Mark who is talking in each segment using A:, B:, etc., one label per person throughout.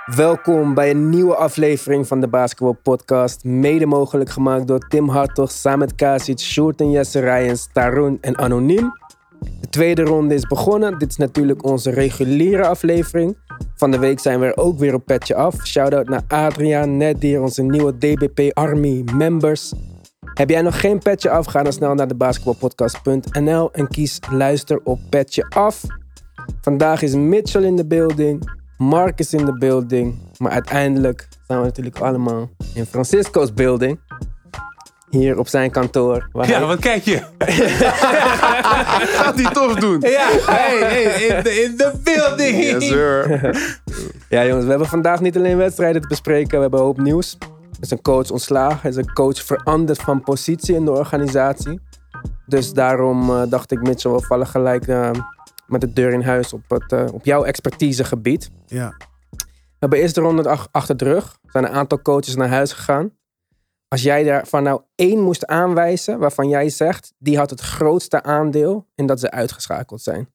A: Welkom bij een nieuwe aflevering van de Basketball Podcast. Mede mogelijk gemaakt door Tim Hartog, Samet Kasic, Sjoerd en Jesse Rijens, Tarun en Anoniem. De tweede ronde is begonnen. Dit is natuurlijk onze reguliere aflevering. Van de week zijn we er ook weer op Petje Af. Shoutout naar Adriaan, Nedir, onze nieuwe DBP Army members. Heb jij nog geen Petje Af? Ga dan snel naar de basketballpodcast.nl en kies luister op Petje Af. Vandaag is Mitchell in de building. Mark is in de building. Maar uiteindelijk zijn we natuurlijk allemaal in Francisco's building. Hier op zijn kantoor.
B: Wat kijk je?
C: Gaat hij tof doen.
B: Ja, in de building.
C: Yes, sir.
A: Ja, jongens, we hebben vandaag niet alleen wedstrijden te bespreken. We hebben een hoop nieuws. Er is een coach ontslagen. Er is een coach veranderd van positie in de organisatie. Dus daarom dacht ik, Mitchell, we vallen gelijk met de deur in huis op jouw expertisegebied.
C: Ja.
A: We hebben eerst de ronde achter de rug. Er zijn een aantal coaches naar huis gegaan. Als jij daarvan nou 1 moest aanwijzen waarvan jij zegt, die had het grootste aandeel in dat ze uitgeschakeld zijn.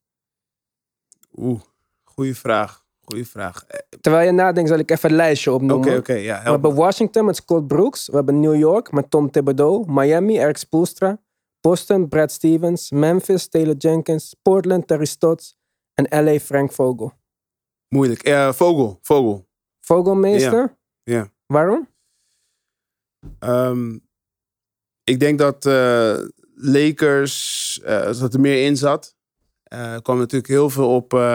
C: Goeie vraag.
A: Terwijl je nadenkt, zal ik even een lijstje opnoemen.
C: Oké, ja.
A: We hebben Washington met Scott Brooks. We hebben New York met Tom Thibodeau. Miami, Eric Spoelstra. Boston, Brad Stevens. Memphis, Taylor Jenkins. Portland, Terry Stotts. En LA, Frank Vogel.
C: Moeilijk. Vogel.
A: Vogelmeester?
C: Ja.
A: Waarom?
C: Ik denk dat Lakers, dat er meer in zat. Er kwam natuurlijk heel veel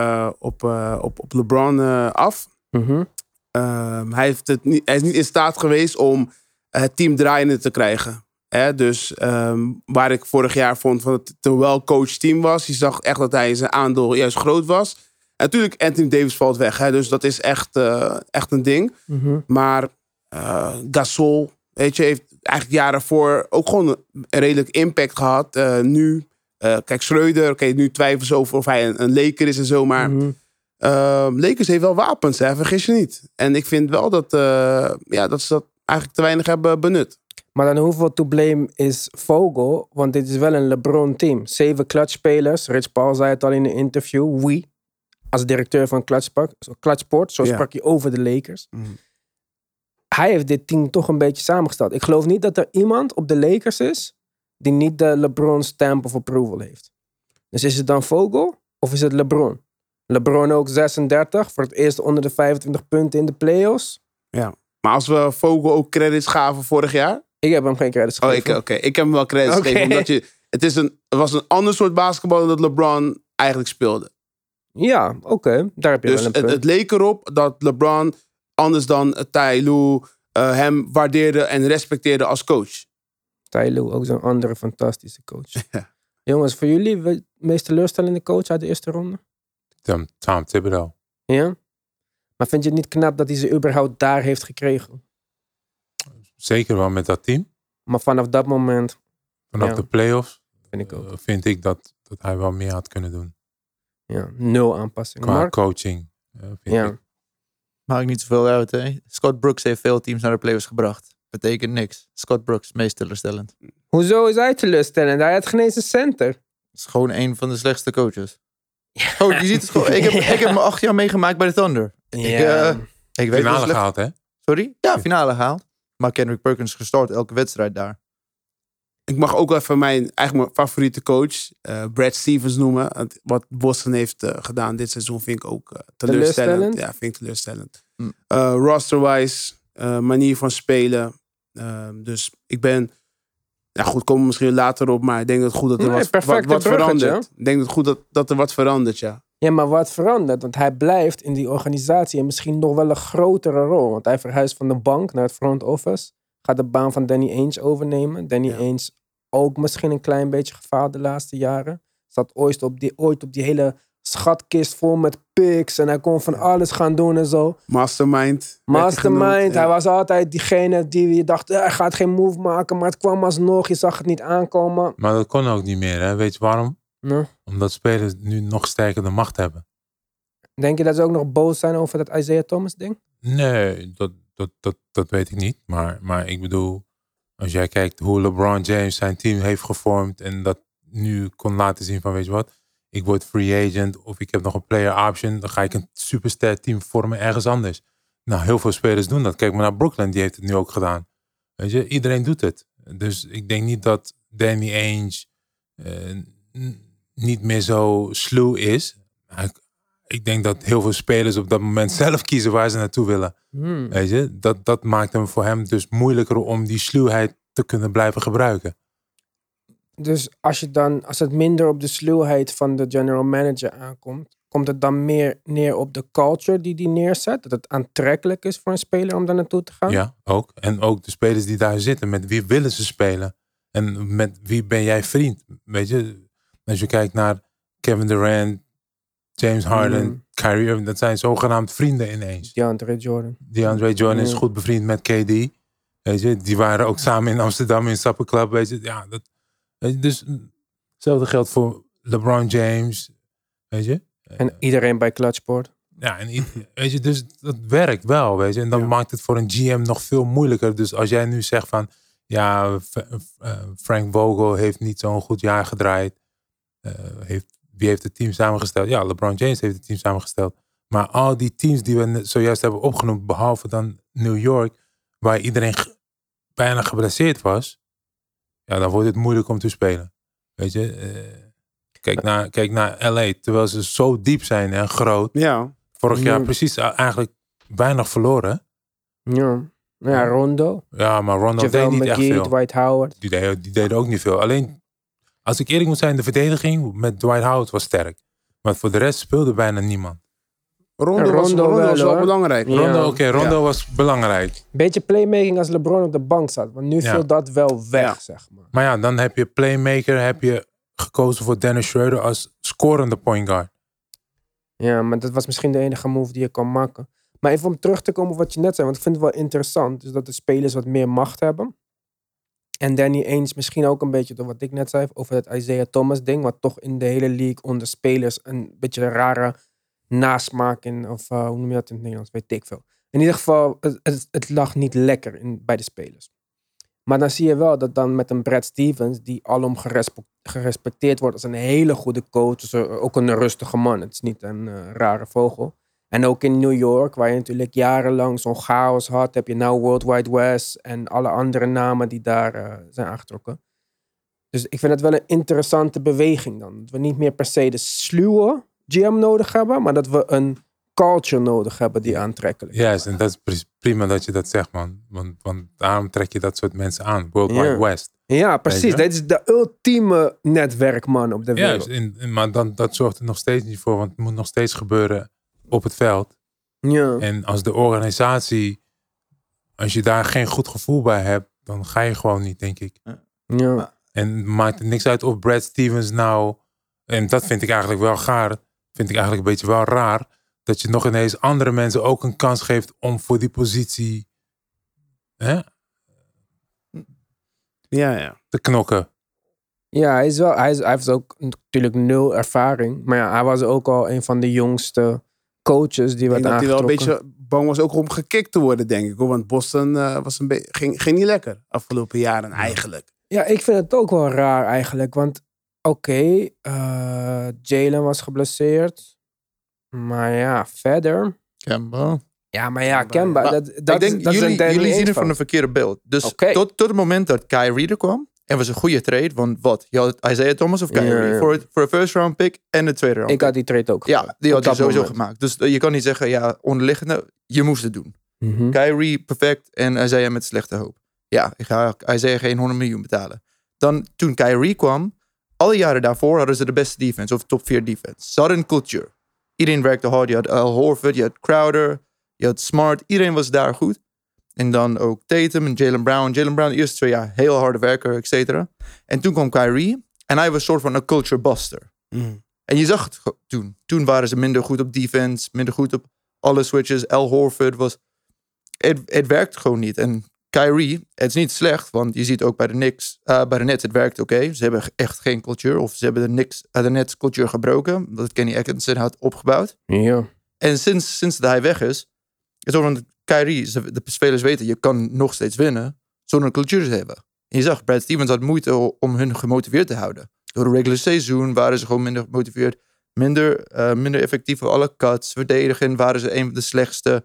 C: op LeBron af.
A: Mhm.
C: Hij is niet in staat geweest om het team draaiende te krijgen. Dus waar ik vorig jaar vond dat het een well-coached team was. Je zag echt dat hij zijn aandeel juist groot was. En natuurlijk, Anthony Davis valt weg. Dus dat is echt een ding.
A: Mhm.
C: Maar Gasol, weet je, heeft eigenlijk jaren voor ook gewoon een redelijk impact gehad. Nu, kijk, Schreuder, nu twijfelen ze over of hij een Laker is en zo. Maar Lakers heeft wel wapens, vergis je niet. En ik vind wel dat ze dat eigenlijk te weinig hebben benut.
A: Maar dan hoeveel to blame is Vogel? Want dit is wel een LeBron-team. 7 clutchspelers. Rich Paul zei het al in een interview. Als directeur van Clutchport. Zo sprak hij over de Lakers.
C: Mm.
A: Hij heeft dit team toch een beetje samengesteld. Ik geloof niet dat er iemand op de Lakers is die niet de LeBron stamp of approval heeft. Dus is het dan Vogel of is het LeBron? LeBron ook 36. Voor het eerst onder de 25 punten in de playoffs.
C: Ja. Maar als we Vogel ook credits gaven vorig jaar.
A: Ik heb hem geen credits gegeven.
C: Oké. Ik heb hem wel credits gegeven. Omdat het was een ander soort basketbal dan dat LeBron eigenlijk speelde.
A: Ja, oké. Daar heb je
C: dus
A: wel een punt.
C: het leek erop dat LeBron, anders dan Ty Lue, hem waardeerde en respecteerde als coach.
A: Ty Lue, ook zo'n andere fantastische coach.
C: Ja.
A: Jongens, voor jullie de meest teleurstellende coach uit de eerste ronde?
B: Tom Thibodeau.
A: Ja? Maar vind je het niet knap dat hij ze überhaupt daar heeft gekregen?
B: Zeker wel met dat team.
A: Maar vanaf dat moment...
B: Vanaf de playoffs
A: vind ik ook.
B: Vind ik dat hij wel meer had kunnen doen.
A: Ja, 0 aanpassingen.
B: Qua
A: Mark?
B: coaching.
A: Ja.
B: Ik.
D: Maakt niet zoveel uit, hè. Scott Brooks heeft veel teams naar de playoffs gebracht. Betekent niks. Scott Brooks, meest teleurstellend.
A: Hoezo is hij teleurstellend? Hij had geen eens een center.
D: Is gewoon een van de slechtste coaches. Oh, je ziet het gewoon. Ik heb hem 8 jaar meegemaakt bij de Thunder.
A: Ja.
D: Ik weet
B: Finale gehaald, hè?
D: Sorry? Ja, finale gehaald. Maar Kendrick Perkins gestart elke wedstrijd daar.
C: Ik mag ook even mijn favoriete coach, Brad Stevens, noemen. Wat Boston heeft gedaan dit seizoen vind ik ook teleurstellend. Ja, vind ik teleurstellend. Roster-wise, manier van spelen. Dus ik ben... Ja goed, komen we misschien later op, maar ik denk dat het goed dat er wat verandert. Ik denk dat het goed dat er wat verandert, ja.
A: Ja, maar wat verandert? Want hij blijft in die organisatie en misschien nog wel een grotere rol. Want hij verhuist van de bank naar het front office. Gaat de baan van Danny Ainge overnemen. Danny Ainge ook misschien een klein beetje gefaald de laatste jaren. Zat ooit op die hele schatkist vol met picks. En hij kon van alles gaan doen en zo.
C: Mastermind.
A: Hij was altijd diegene die je dacht, hij gaat geen move maken. Maar het kwam alsnog, je zag het niet aankomen.
B: Maar dat kon ook niet meer, hè? Weet je waarom?
A: Nee.
B: Omdat spelers nu nog sterker de macht hebben.
A: Denk je dat ze ook nog boos zijn over dat Isaiah Thomas ding?
B: Nee, dat weet ik niet. Maar ik bedoel, als jij kijkt hoe LeBron James zijn team heeft gevormd en dat nu kon laten zien van, weet je wat, ik word free agent of ik heb nog een player option, dan ga ik een superster team vormen ergens anders. Nou, heel veel spelers doen dat. Kijk maar naar Brooklyn, die heeft het nu ook gedaan. Weet je, iedereen doet het. Dus ik denk niet dat Danny Ainge niet meer zo sluw is. Ik denk dat heel veel spelers op dat moment zelf kiezen waar ze naartoe willen. Weet je, dat maakt hem voor hem dus moeilijker om die sluwheid te kunnen blijven gebruiken.
A: Dus als het minder op de sluwheid van de general manager aankomt, komt het dan meer neer op de culture die neerzet? Dat het aantrekkelijk is voor een speler om daar naartoe te gaan?
B: Ja, ook. En ook de spelers die daar zitten. Met wie willen ze spelen? En met wie ben jij vriend? Weet je, als je kijkt naar Kevin Durant, James Harden, Kyrie Irving, dat zijn zogenaamd vrienden ineens.
A: DeAndre Jordan
B: is goed bevriend met KD. Weet je, die waren ook samen in Amsterdam in Supper Club. Weet je, ja, dus hetzelfde geldt voor LeBron James. Weet je.
A: En iedereen bij Clutchport.
B: Ja, en weet je, dus dat werkt wel, weet je. En dan maakt het voor een GM nog veel moeilijker. Dus als jij nu zegt van, ja, Frank Vogel heeft niet zo'n goed jaar gedraaid. Wie heeft het team samengesteld? Ja, LeBron James heeft het team samengesteld. Maar al die teams die we zojuist hebben opgenoemd, behalve dan New York, waar iedereen bijna geblesseerd was, ja, dan wordt het moeilijk om te spelen. Weet je, kijk naar LA, terwijl ze zo diep zijn en groot.
C: Ja.
B: Vorig jaar precies eigenlijk weinig verloren.
A: Ja, Rondo.
B: Ja, maar Rondo
A: JaVale
B: deed niet
A: McGee,
B: echt veel.
A: Dwight Howard.
B: Die deden ook niet veel. Alleen, als ik eerlijk moet zijn, de verdediging met Dwight Howard was sterk. Maar voor de rest speelde bijna niemand.
C: Rondo was wel belangrijk.
A: Ja.
B: Rondo was belangrijk.
A: Beetje playmaking als LeBron op de bank zat. Want nu viel dat wel weg, zeg maar.
B: Maar ja, dan heb je playmaker, heb je gekozen voor Dennis Schroeder als scorende point guard.
A: Ja, maar dat was misschien de enige move die je kon maken. Maar even om terug te komen op wat je net zei, want ik vind het wel interessant. Dus dat de spelers wat meer macht hebben. En Danny Ainge misschien ook een beetje door wat ik net zei over het Isaiah Thomas ding, wat toch in de hele league onder spelers een beetje een rare nasmaak in, of hoe noem je dat in het Nederlands, weet ik veel. In ieder geval, het lag niet lekker bij de spelers. Maar dan zie je wel dat dan met een Brad Stevens, die alom gerespecteerd wordt als een hele goede coach, dus ook een rustige man. Het is niet een rare vogel. En ook in New York, waar je natuurlijk jarenlang zo'n chaos had, heb je nou World Wide West en alle andere namen die daar zijn aangetrokken. Dus ik vind het wel een interessante beweging dan. Dat we niet meer per se de sluwe GM nodig hebben, maar dat we een culture nodig hebben die aantrekkelijk is.
B: Juist, en dat is prima dat je dat zegt, man. Want daarom trek je dat soort mensen aan. World Wide West.
A: Ja, precies. Dit is de ultieme netwerkman op de wereld.
B: Juist, maar dat zorgt er nog steeds niet voor, want het moet nog steeds gebeuren op het veld.
A: Ja.
B: En als de organisatie, als je daar geen goed gevoel bij hebt, dan ga je gewoon niet, denk ik.
A: Ja.
B: En maakt het niks uit of Brad Stevens nou, en dat vind ik eigenlijk wel gaar, vind ik eigenlijk een beetje wel raar, dat je nog ineens andere mensen ook een kans geeft om voor die positie te knokken.
A: Ja, hij heeft ook natuurlijk 0 ervaring. Maar ja, hij was ook al een van de jongste coaches die werd aangetrokken.
C: Dat hij wel een beetje bang was ook om gekikt te worden, denk ik. Want Boston ging niet lekker afgelopen jaren eigenlijk.
A: Ja, ik vind het ook wel raar eigenlijk. Want Jalen was geblesseerd. Maar ja, verder.
D: Kemba.
A: Ja, maar ja, Kemba.
D: Ik denk, jullie zien het van een verkeerde beeld. Dus tot het moment dat Kyrie er kwam. En was een goede trade. Want wat? Je had Isaiah Thomas of Kyrie voor een first round pick en een tweede round pick.
A: Ik had die trade ook
D: gemaakt. Ja, die had je sowieso gemaakt. Dus je kan niet zeggen, ja, onderliggende. Je moest het doen.
A: Mm-hmm.
D: Kyrie perfect en Isaiah met slechte hoop. Ja, ik ga Isaiah geen 100 miljoen betalen. Dan toen Kyrie kwam, alle jaren daarvoor hadden ze de beste defense. Of top 4 defense. Ze hadden een culture. Iedereen werkte hard. Je had Al Horford, je had Crowder, je had Smart. Iedereen was daar goed. En dan ook Tatum en Jalen Brown. Jalen Brown de eerste 2 jaar heel harde werker, et cetera. En toen kwam Kyrie. En hij was een soort van een culture buster. En je zag het toen. Toen waren ze minder goed op defense. Minder goed op alle switches. Al Horford was... Het werkt gewoon niet. En Kyrie, het is niet slecht. Want je ziet ook bij de Knicks... bij de Nets, het werkt oké. Ze hebben echt geen cultuur. Of ze hebben de Nets cultuur gebroken. Dat Kenny Atkinson had opgebouwd.
A: Ja.
D: En sinds dat hij weg is... Het is Kyrie, de spelers weten, je kan nog steeds winnen zonder een cultuur te hebben. En je zag, Brad Stevens had moeite om hun gemotiveerd te houden. Door de regular seizoen waren ze gewoon minder gemotiveerd. Minder effectief voor alle cuts. Verdedigen waren ze een van de slechtste.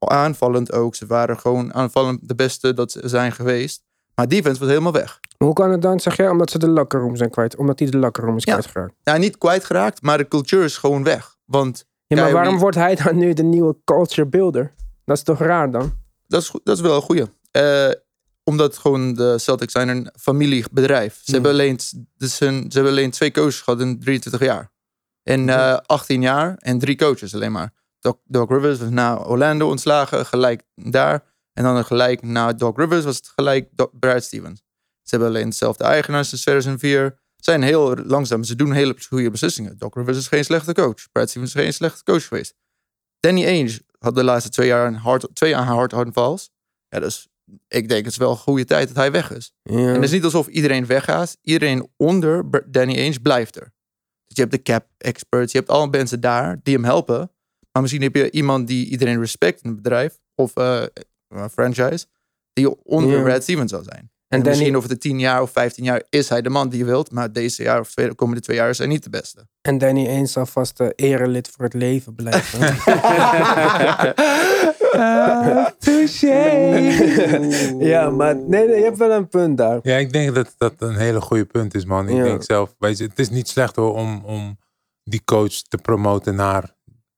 D: Aanvallend ook. Ze waren gewoon aanvallend de beste dat ze zijn geweest. Maar defense was helemaal weg.
A: Hoe kan het dan, zeg jij, omdat ze de locker room zijn kwijt? Omdat hij de locker room is kwijtgeraakt?
D: Ja, niet kwijtgeraakt, maar de cultuur is gewoon weg. Want
A: maar waarom wordt hij dan nu de nieuwe culture builder? Dat is toch raar dan?
D: Dat is wel een goeie. Omdat gewoon de Celtics zijn een familiebedrijf. Ze hebben alleen 2 coaches gehad in 23 jaar. In 18 jaar en 3 coaches alleen maar. Doc Rivers was na Orlando ontslagen, gelijk daar. En dan gelijk na Doc Rivers was het gelijk Brad Stevens. Ze hebben alleen dezelfde eigenaars sinds 2004. Zijn heel langzaam. Ze doen hele goede beslissingen. Doc Rivers is geen slechte coach. Brad Stevens is geen slechte coach geweest. Danny Ainge had de laatste 2 jaar 2 hartaanvals. Ja, dus ik denk het is wel een goede tijd dat hij weg is. Ja. En het is niet alsof iedereen weggaat. Iedereen onder Danny Ainge blijft er. Dus je hebt de cap experts. Je hebt alle mensen daar die hem helpen. Maar misschien heb je iemand die iedereen respect in het bedrijf. Of franchise. Die onder Brad Stevens zal zijn. En misschien over de 10 jaar of 15 jaar is hij de man die je wilt. Maar deze jaar of komende 2 jaar is hij niet de beste.
A: En Danny Ainge zal vast erelid voor het leven blijven. Touché. Ja, maar nee, je hebt wel een punt daar.
B: Ja, ik denk dat dat een hele goede punt is, man. Ik denk zelf, weet je, het is niet slecht hoor om die coach te promoten naar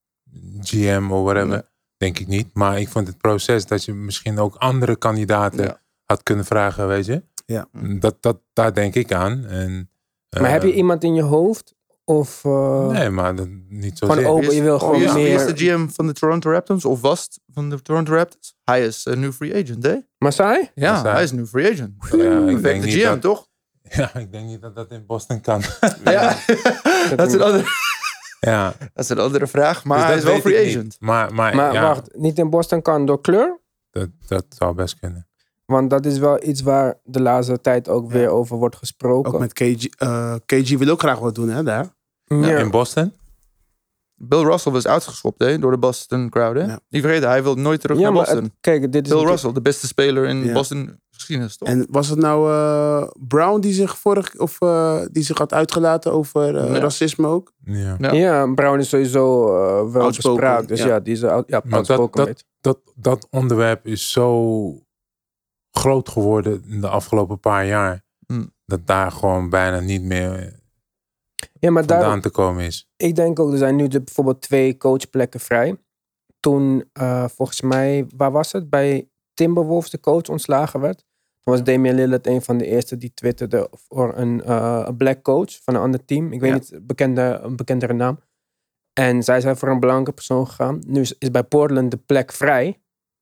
B: GM of whatever. Nee. Denk ik niet. Maar ik vond het proces dat je misschien ook andere kandidaten had kunnen vragen, weet je. Ja. Daar denk ik aan. En,
A: maar heb je iemand in je hoofd? Of,
B: nee, maar niet zo
A: gewoon open, je wil gewoon meer...
D: Wie is de GM van de Toronto Raptors? Of was het van de Toronto Raptors? Hij is een new free agent, hè?
A: Masai?
D: Ja, hij is een new free agent. Ja, ik denk de GM,
B: dat,
D: toch?
B: Ja, ik denk niet dat dat in Boston kan.
D: Ja, dat is een andere... Ja. Dat is een andere vraag, maar dus hij is wel free agent.
B: Maar
A: wacht, niet in Boston kan door kleur?
B: Dat zou best kunnen.
A: Want dat is wel iets waar de laatste tijd ook weer over wordt gesproken.
C: Ook met KG wil ook graag wat doen, hè, daar.
B: Ja. In Boston?
D: Bill Russell was uitgeschopt door de Boston crowd. Hè? Niet vergeten, hij wil nooit terug naar Boston.
A: Kijk, dit is
D: Bill Russell, de beste speler in Boston geschiedenis, toch?
C: En was het nou Brown die zich had uitgelaten over racisme ook?
A: Ja, Brown is sowieso wel bespraakt. Dus die is outspoken.
B: Dat onderwerp is zo groot geworden in de afgelopen paar jaar. Dat daar gewoon bijna niet meer vandaan te komen is.
A: Ik denk ook, er zijn nu bijvoorbeeld 2 coachplekken vrij. Toen, volgens mij, waar was het? Bij Timberwolves de coach ontslagen werd. Toen was Damian Lillard een van de eerste die twitterde voor een black coach van een ander team. Ik weet niet, een bekendere naam. En zij zijn voor een blanke persoon gegaan. Nu is bij Portland de plek vrij.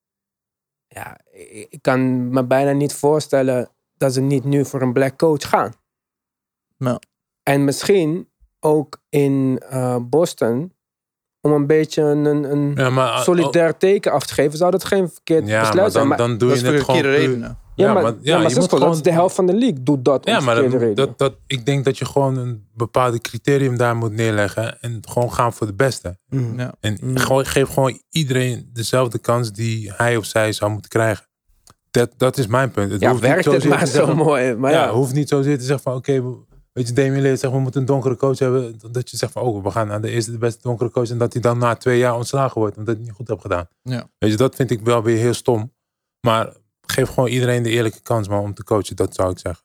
A: Ja, ik kan me bijna niet voorstellen dat ze niet nu voor een black coach gaan.
D: Nou.
A: En misschien ook in Boston, om een beetje een solidair teken af te geven, zou dat geen verkeerd besluit zijn.
B: Maar dan doe je het gewoon redenen.
A: Maar dat is de helft van de league. Doet dat om verkeerde redenen.
B: Ik denk dat je gewoon een bepaalde criterium daar moet neerleggen en gewoon gaan voor de beste.
D: Ja.
B: En geef gewoon iedereen dezelfde kans die hij of zij zou moeten krijgen. Dat is mijn punt. Het hoeft
A: werkt het maar zo mooi. Maar
B: hoeft niet zo te zeggen van oké, weet je, Damian Lillard zegt we moeten een donkere coach hebben. Dat je zegt van we gaan naar de beste donkere coach. En dat hij dan na 2 jaar ontslagen wordt. Omdat hij het niet goed heeft gedaan. Ja. Weet je, dat vind ik wel weer heel stom. Maar geef gewoon iedereen de eerlijke kans om te coachen. Dat zou ik zeggen.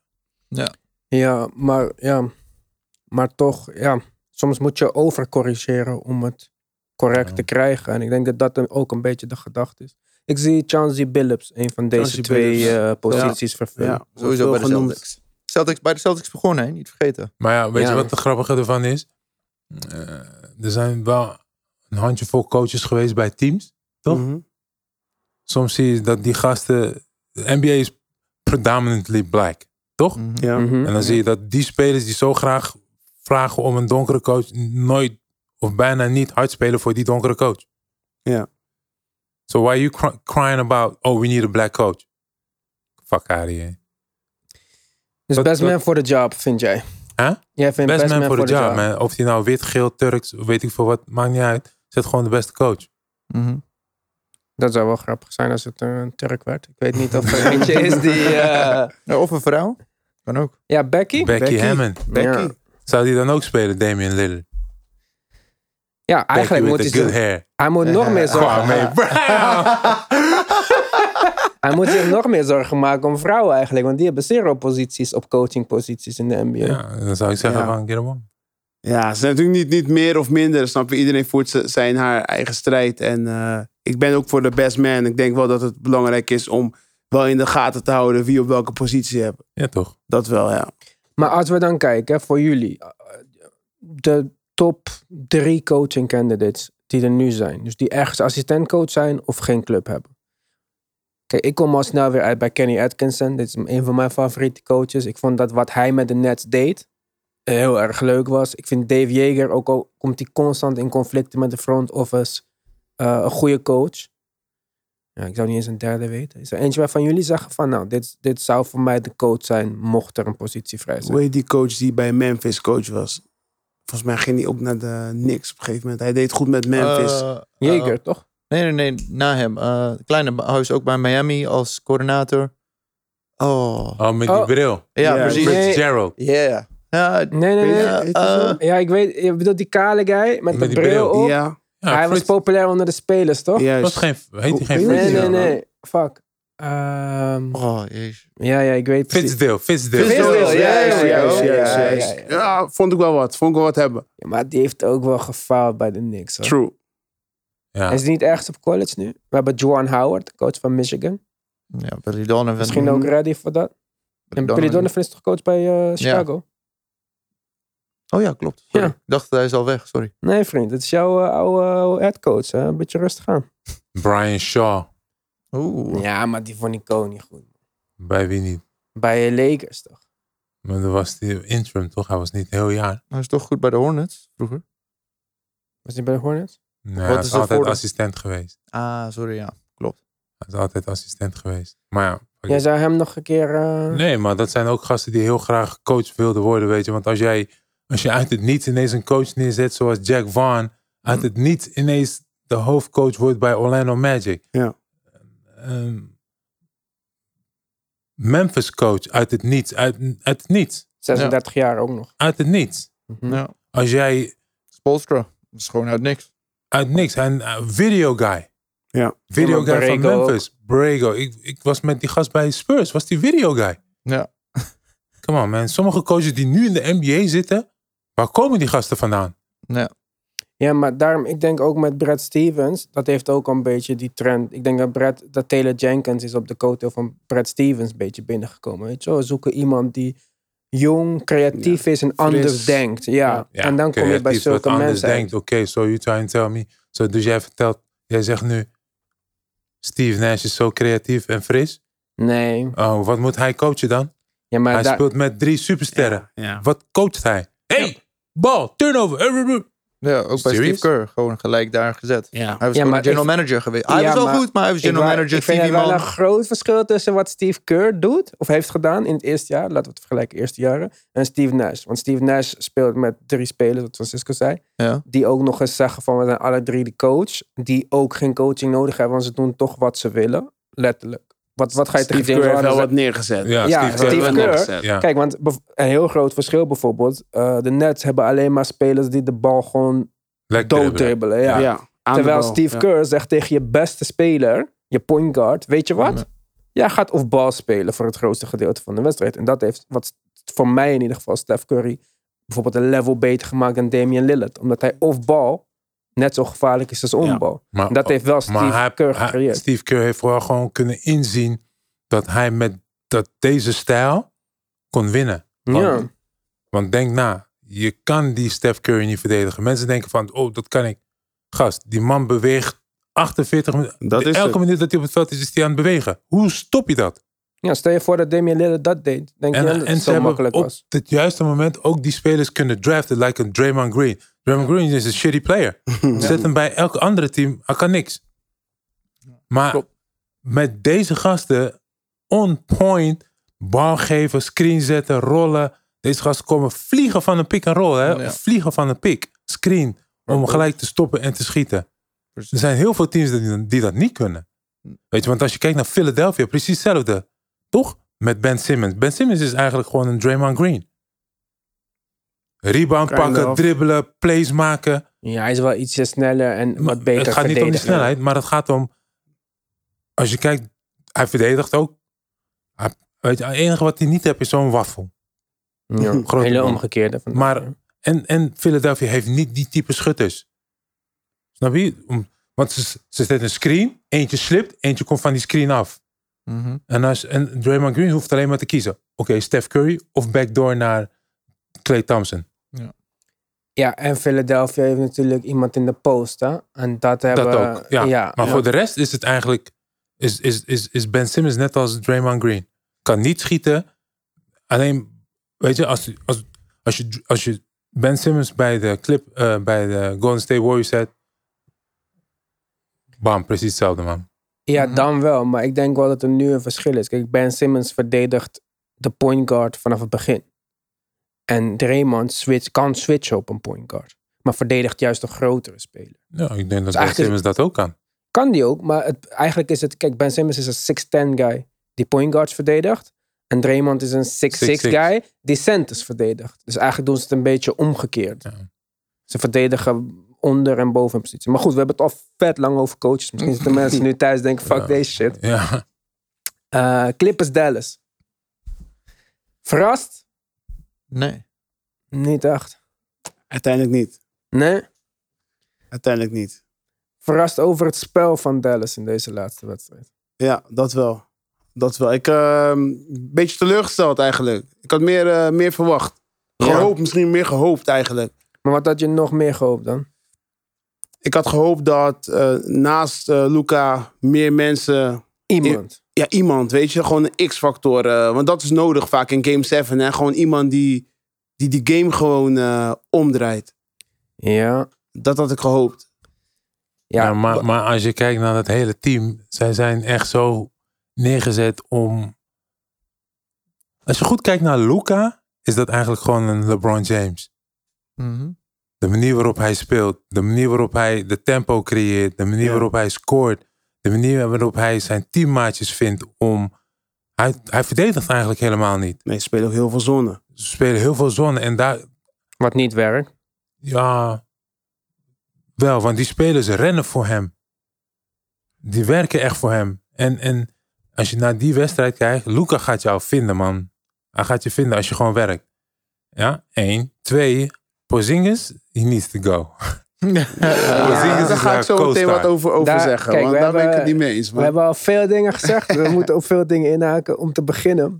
A: Maar toch, soms moet je overcorrigeren om het correct te krijgen. En ik denk dat dat ook een beetje de gedachte is. Ik zie Chauncey Billups, een van deze 2 posities vervullen.
D: Ja, sowieso bij de Celtics. Bij de Celtics begonnen, hè? Niet vergeten.
B: Maar weet je wat de grappige ervan is? Er zijn wel een handjevol coaches geweest bij teams, toch? Mm-hmm. Soms zie je dat die gasten... De NBA is predominantly black, toch?
D: Mm-hmm.
C: Ja. Mm-hmm.
B: En dan zie je dat die spelers die zo graag vragen om een donkere coach... nooit of bijna niet hard spelen voor die donkere coach.
C: Ja.
B: So why are you crying about... we need a black coach? Fuck out of here.
A: Dus best man for the job, vind jij?
B: Huh?
A: Jij vindt
B: best man for the job, man. Of die nou wit, geel, Turks, weet ik veel wat, maakt niet uit. Zet gewoon de beste coach.
D: Mm-hmm.
A: Dat zou wel grappig zijn als het een Turk werd. Ik weet niet of er eentje is die...
D: Of een vrouw. Kan ook.
A: Ja, Becky
B: Hammond.
A: Becky.
B: Zou die dan ook spelen, Damian Lillard?
A: Ja, eigenlijk moet hij moet nog meer zorgen. Hij moet zich nog meer zorgen maken om vrouwen eigenlijk. Want die hebben zero posities op coachingposities in de NBA.
B: Ja, dan zou ik zeggen van get him on.
C: Ja, ze zijn natuurlijk niet meer of minder. Snap je? Iedereen voert zijn haar eigen strijd. En ik ben ook voor de best man. Ik denk wel dat het belangrijk is om wel in de gaten te houden wie op welke positie hebben.
B: Ja, toch?
C: Dat wel, ja.
A: Maar als we dan kijken, voor jullie. De top 3 coaching candidates die er nu zijn. Dus die ergens assistentcoach zijn of geen club hebben. Kijk, ik kom al snel weer uit bij Kenny Atkinson. Dit is een van mijn favoriete coaches. Ik vond dat wat hij met de Nets deed heel erg leuk was. Ik vind Dave Joerger, ook al komt hij constant in conflicten met de front office, een goede coach. Ja, ik zou niet eens een derde weten. Is er eentje waarvan jullie zeggen van, nou, dit zou voor mij de coach zijn, mocht er een positie vrij zijn?
C: Hoe heet die coach die bij Memphis coach was? Volgens mij ging hij ook naar de Knicks op een gegeven moment. Hij deed goed met Memphis.
A: Joerger, toch?
D: Nee, na hem. Kleine huis ook bij Miami als coördinator.
B: Met die bril.
D: Ja, precies.
B: Fitzgerald.
D: Yeah.
A: Nee. Ja, ik weet, je bedoelt die kale guy met de bril op.
C: Ja.
A: Hij was populair onder de spelers, toch?
C: Juist.
B: Heet hij geen Fitzgerald?
A: Nee. Fuck.
D: Jezus.
A: Ja, ik weet precies.
B: Fitzgerald.
A: Juist.
C: Ja, vond ik wel wat hebben.
A: Ja, maar die heeft ook wel gefaald bij de Knicks. Hoor.
C: True.
B: Ja.
A: Hij is niet ergens op college nu. We hebben Juwan Howard, de coach van Michigan.
D: Ja, Billy Donovan.
A: Misschien ook ready voor dat. En Billy Donovan is toch coach bij Chicago?
D: Ja. Oh ja, klopt. Sorry.
A: Ja.
D: Ik dacht hij is al weg, sorry.
A: Nee, vriend. Het is jouw oude headcoach. Een beetje rustig aan.
B: Brian Shaw.
D: Oeh.
A: Ja, maar die vond ik ook niet goed.
B: Bij wie niet?
A: Bij Lakers, toch?
B: Maar dat was die interim, toch? Hij was niet heel jaar.
D: Hij is toch goed bij de Hornets vroeger?
A: Was hij bij de Hornets?
B: Nee, hij is altijd assistent geweest.
D: Sorry, ja. Klopt.
B: Hij is altijd assistent geweest. Maar ja.
A: Jij zou hem nog een keer...
B: Nee, maar dat zijn ook gasten die heel graag coach wilden worden, weet je. Want als je uit het niets ineens een coach neerzet zoals Jack Vaughn, uit het niets ineens de hoofdcoach wordt bij Orlando Magic.
C: Ja.
B: Memphis coach uit het niets. Uit het niets.
A: 36 jaar ook nog.
B: Uit het niets.
D: Ja.
B: Als jij...
D: Spoelstra. Dat is gewoon uit niks.
B: Uit niks. Een video guy.
C: Ja.
B: Video guy van Memphis. Borrego. Ik was met die gast bij Spurs. Was die video guy.
D: Ja.
B: Come on man. Sommige coaches die nu in de NBA zitten. Waar komen die gasten vandaan?
D: Ja.
A: Ja, maar daarom, ik denk ook met Brad Stevens, dat heeft ook een beetje die trend. Ik denk dat Taylor Jenkins is op de coattail van Brad Stevens een beetje binnengekomen. Weet je wel? We zoeken iemand die jong, creatief is en anders denkt. Ja. En dan kom je bij zulke mensen.
B: Oké, so you try and tell me. Dus jij zegt nu, Steve Nash is zo creatief en fris?
A: Nee.
B: Oh, wat moet hij coachen dan?
A: Ja, maar
B: hij speelt met 3 supersterren.
C: Ja.
B: Wat coacht hij? Hey, bal, turnover.
D: Ja, ook bij Steve Kerr. Gewoon gelijk daar gezet.
C: Ja.
D: Hij was gewoon general manager geweest. Hij was wel goed, maar hij was general manager.
A: Ik vind er wel een groot verschil tussen wat Steve Kerr doet, of heeft gedaan in het eerste jaar, laten we het vergelijken, eerste jaren, en Steve Nash. Want Steve Nash speelt met 3 spelers, wat Francisco zei, die ook nog eens zeggen van we zijn alle 3 de coach, die ook geen coaching nodig hebben, want ze doen toch wat ze willen. Letterlijk. Wat ga je tegen
C: Steve Kerr heeft wel wat neergezet.
A: Ja, Steve Kerr.
B: Ja.
A: Kijk, want een heel groot verschil bijvoorbeeld. De Nets hebben alleen maar spelers die de bal gewoon dooddribbelen. Ja. Terwijl Steve Kerr zegt tegen je beste speler, je point guard, weet je wat? Jij gaat off bal spelen voor het grootste gedeelte van de wedstrijd. En dat heeft wat voor mij in ieder geval Steph Curry bijvoorbeeld een level beter gemaakt dan Damian Lillard. Omdat hij off bal net zo gevaarlijk is als onbal.
B: Maar,
A: dat heeft wel Steve Kerr gecreëerd.
B: Steve Kerr heeft wel gewoon kunnen inzien dat hij met deze stijl kon winnen. Want denk na, je kan die Steph Curry niet verdedigen. Mensen denken van, oh, dat kan ik. Gast, die man beweegt 48 minuten. Elke minuut dat hij op het veld is hij aan het bewegen. Hoe stop je dat?
A: Ja, stel je voor dat Damian Lillard dat deed. Denk je dat het zo makkelijk was?
B: Op het juiste moment ook die spelers kunnen draften. Like een Draymond Green. Draymond Green is een shitty player. Zet hem bij elk andere team. Hij kan niks. Maar met deze gasten on point. Bal geven, screen zetten, rollen. Deze gasten komen vliegen van een pick and roll. Hè? Ja. Vliegen van een pick. Screen. Om gelijk te stoppen en te schieten. Er zijn heel veel teams die dat niet kunnen. Weet je, want als je kijkt naar Philadelphia, precies hetzelfde. Toch? Met Ben Simmons. Ben Simmons is eigenlijk gewoon een Draymond Green. Rebound pakken, dribbelen, plays maken.
A: Ja, hij is wel ietsje sneller en wat beter.
B: Het gaat niet om die snelheid, maar het gaat om... Als je kijkt, hij verdedigt ook. Weet je, het enige wat hij niet heeft is zo'n waffel.
A: Ja, hele omgekeerde.
B: Maar, en Philadelphia heeft niet die type schutters. Snap je? Want ze zetten een screen, eentje slipt, eentje komt van die screen af.
D: Mm-hmm.
B: En Draymond Green hoeft alleen maar te kiezen. Oké, Steph Curry of backdoor naar Klay Thompson.
A: Ja, en Philadelphia heeft natuurlijk iemand in de post. Hè? En dat hebben...
B: Dat ook, ja. Maar voor de rest is het eigenlijk... Is Ben Simmons net als Draymond Green. Kan niet schieten. Alleen, weet je, als je Ben Simmons bij de Golden State Warriors zet... Bam, precies hetzelfde, man.
A: Ja, dan wel. Maar ik denk wel dat er nu een verschil is. Kijk, Ben Simmons verdedigt de point guard vanaf het begin. En Draymond kan switchen op een point guard. Maar verdedigt juist de grotere speler.
B: Ja, ik denk dat Ben Simmons dat ook kan.
A: Kan die ook, maar eigenlijk is het... Kijk, Ben Simmons is een 6'10 guy die point guards verdedigt. En Draymond is een 6'6 guy die centers verdedigt. Dus eigenlijk doen ze het een beetje omgekeerd. Ja. Ze verdedigen onder en boven positie. Maar goed, we hebben het al vet lang over coaches. Misschien zitten mensen nu thuis denken, fuck deze shit.
B: Ja.
A: Clippers Dallas. Verrast?
D: Nee.
A: Niet echt.
C: Uiteindelijk niet.
A: Nee?
C: Uiteindelijk niet.
A: Verrast over het spel van Dallas in deze laatste wedstrijd.
C: Ja, dat wel. Ik een beetje teleurgesteld eigenlijk. Ik had meer verwacht. Misschien meer gehoopt eigenlijk.
A: Maar wat had je nog meer gehoopt dan?
C: Ik had gehoopt dat naast Luka meer mensen... Iemand, weet je. Gewoon een X-factor. Want dat is nodig vaak in Game 7. Hè? Gewoon iemand die game gewoon omdraait.
A: Ja.
C: Dat had ik gehoopt.
B: Ja, maar als je kijkt naar het hele team... Zij zijn echt zo neergezet om... Als je goed kijkt naar Luka... is dat eigenlijk gewoon een LeBron James.
D: Mm-hmm.
B: De manier waarop hij speelt. De manier waarop hij de tempo creëert. De manier waarop hij scoort. De manier waarop hij zijn teammaatjes vindt om... Hij verdedigt eigenlijk helemaal niet.
C: Nee, ze spelen ook heel veel zone.
B: Ze spelen heel veel zone en daar...
A: Wat niet werkt.
B: Ja... Wel, want die spelers rennen voor hem. Die werken echt voor hem. En als je naar die wedstrijd kijkt... Luka gaat jou vinden, man. Hij gaat je vinden als je gewoon werkt. Ja, 1. 2... Porzingis, he needs to go.
C: Daar ga ik zo meteen wat over zeggen.
A: Kijk,
C: want daar ben ik het niet mee eens.
A: We hebben al veel dingen gezegd. We moeten op veel dingen inhaken. Om te beginnen.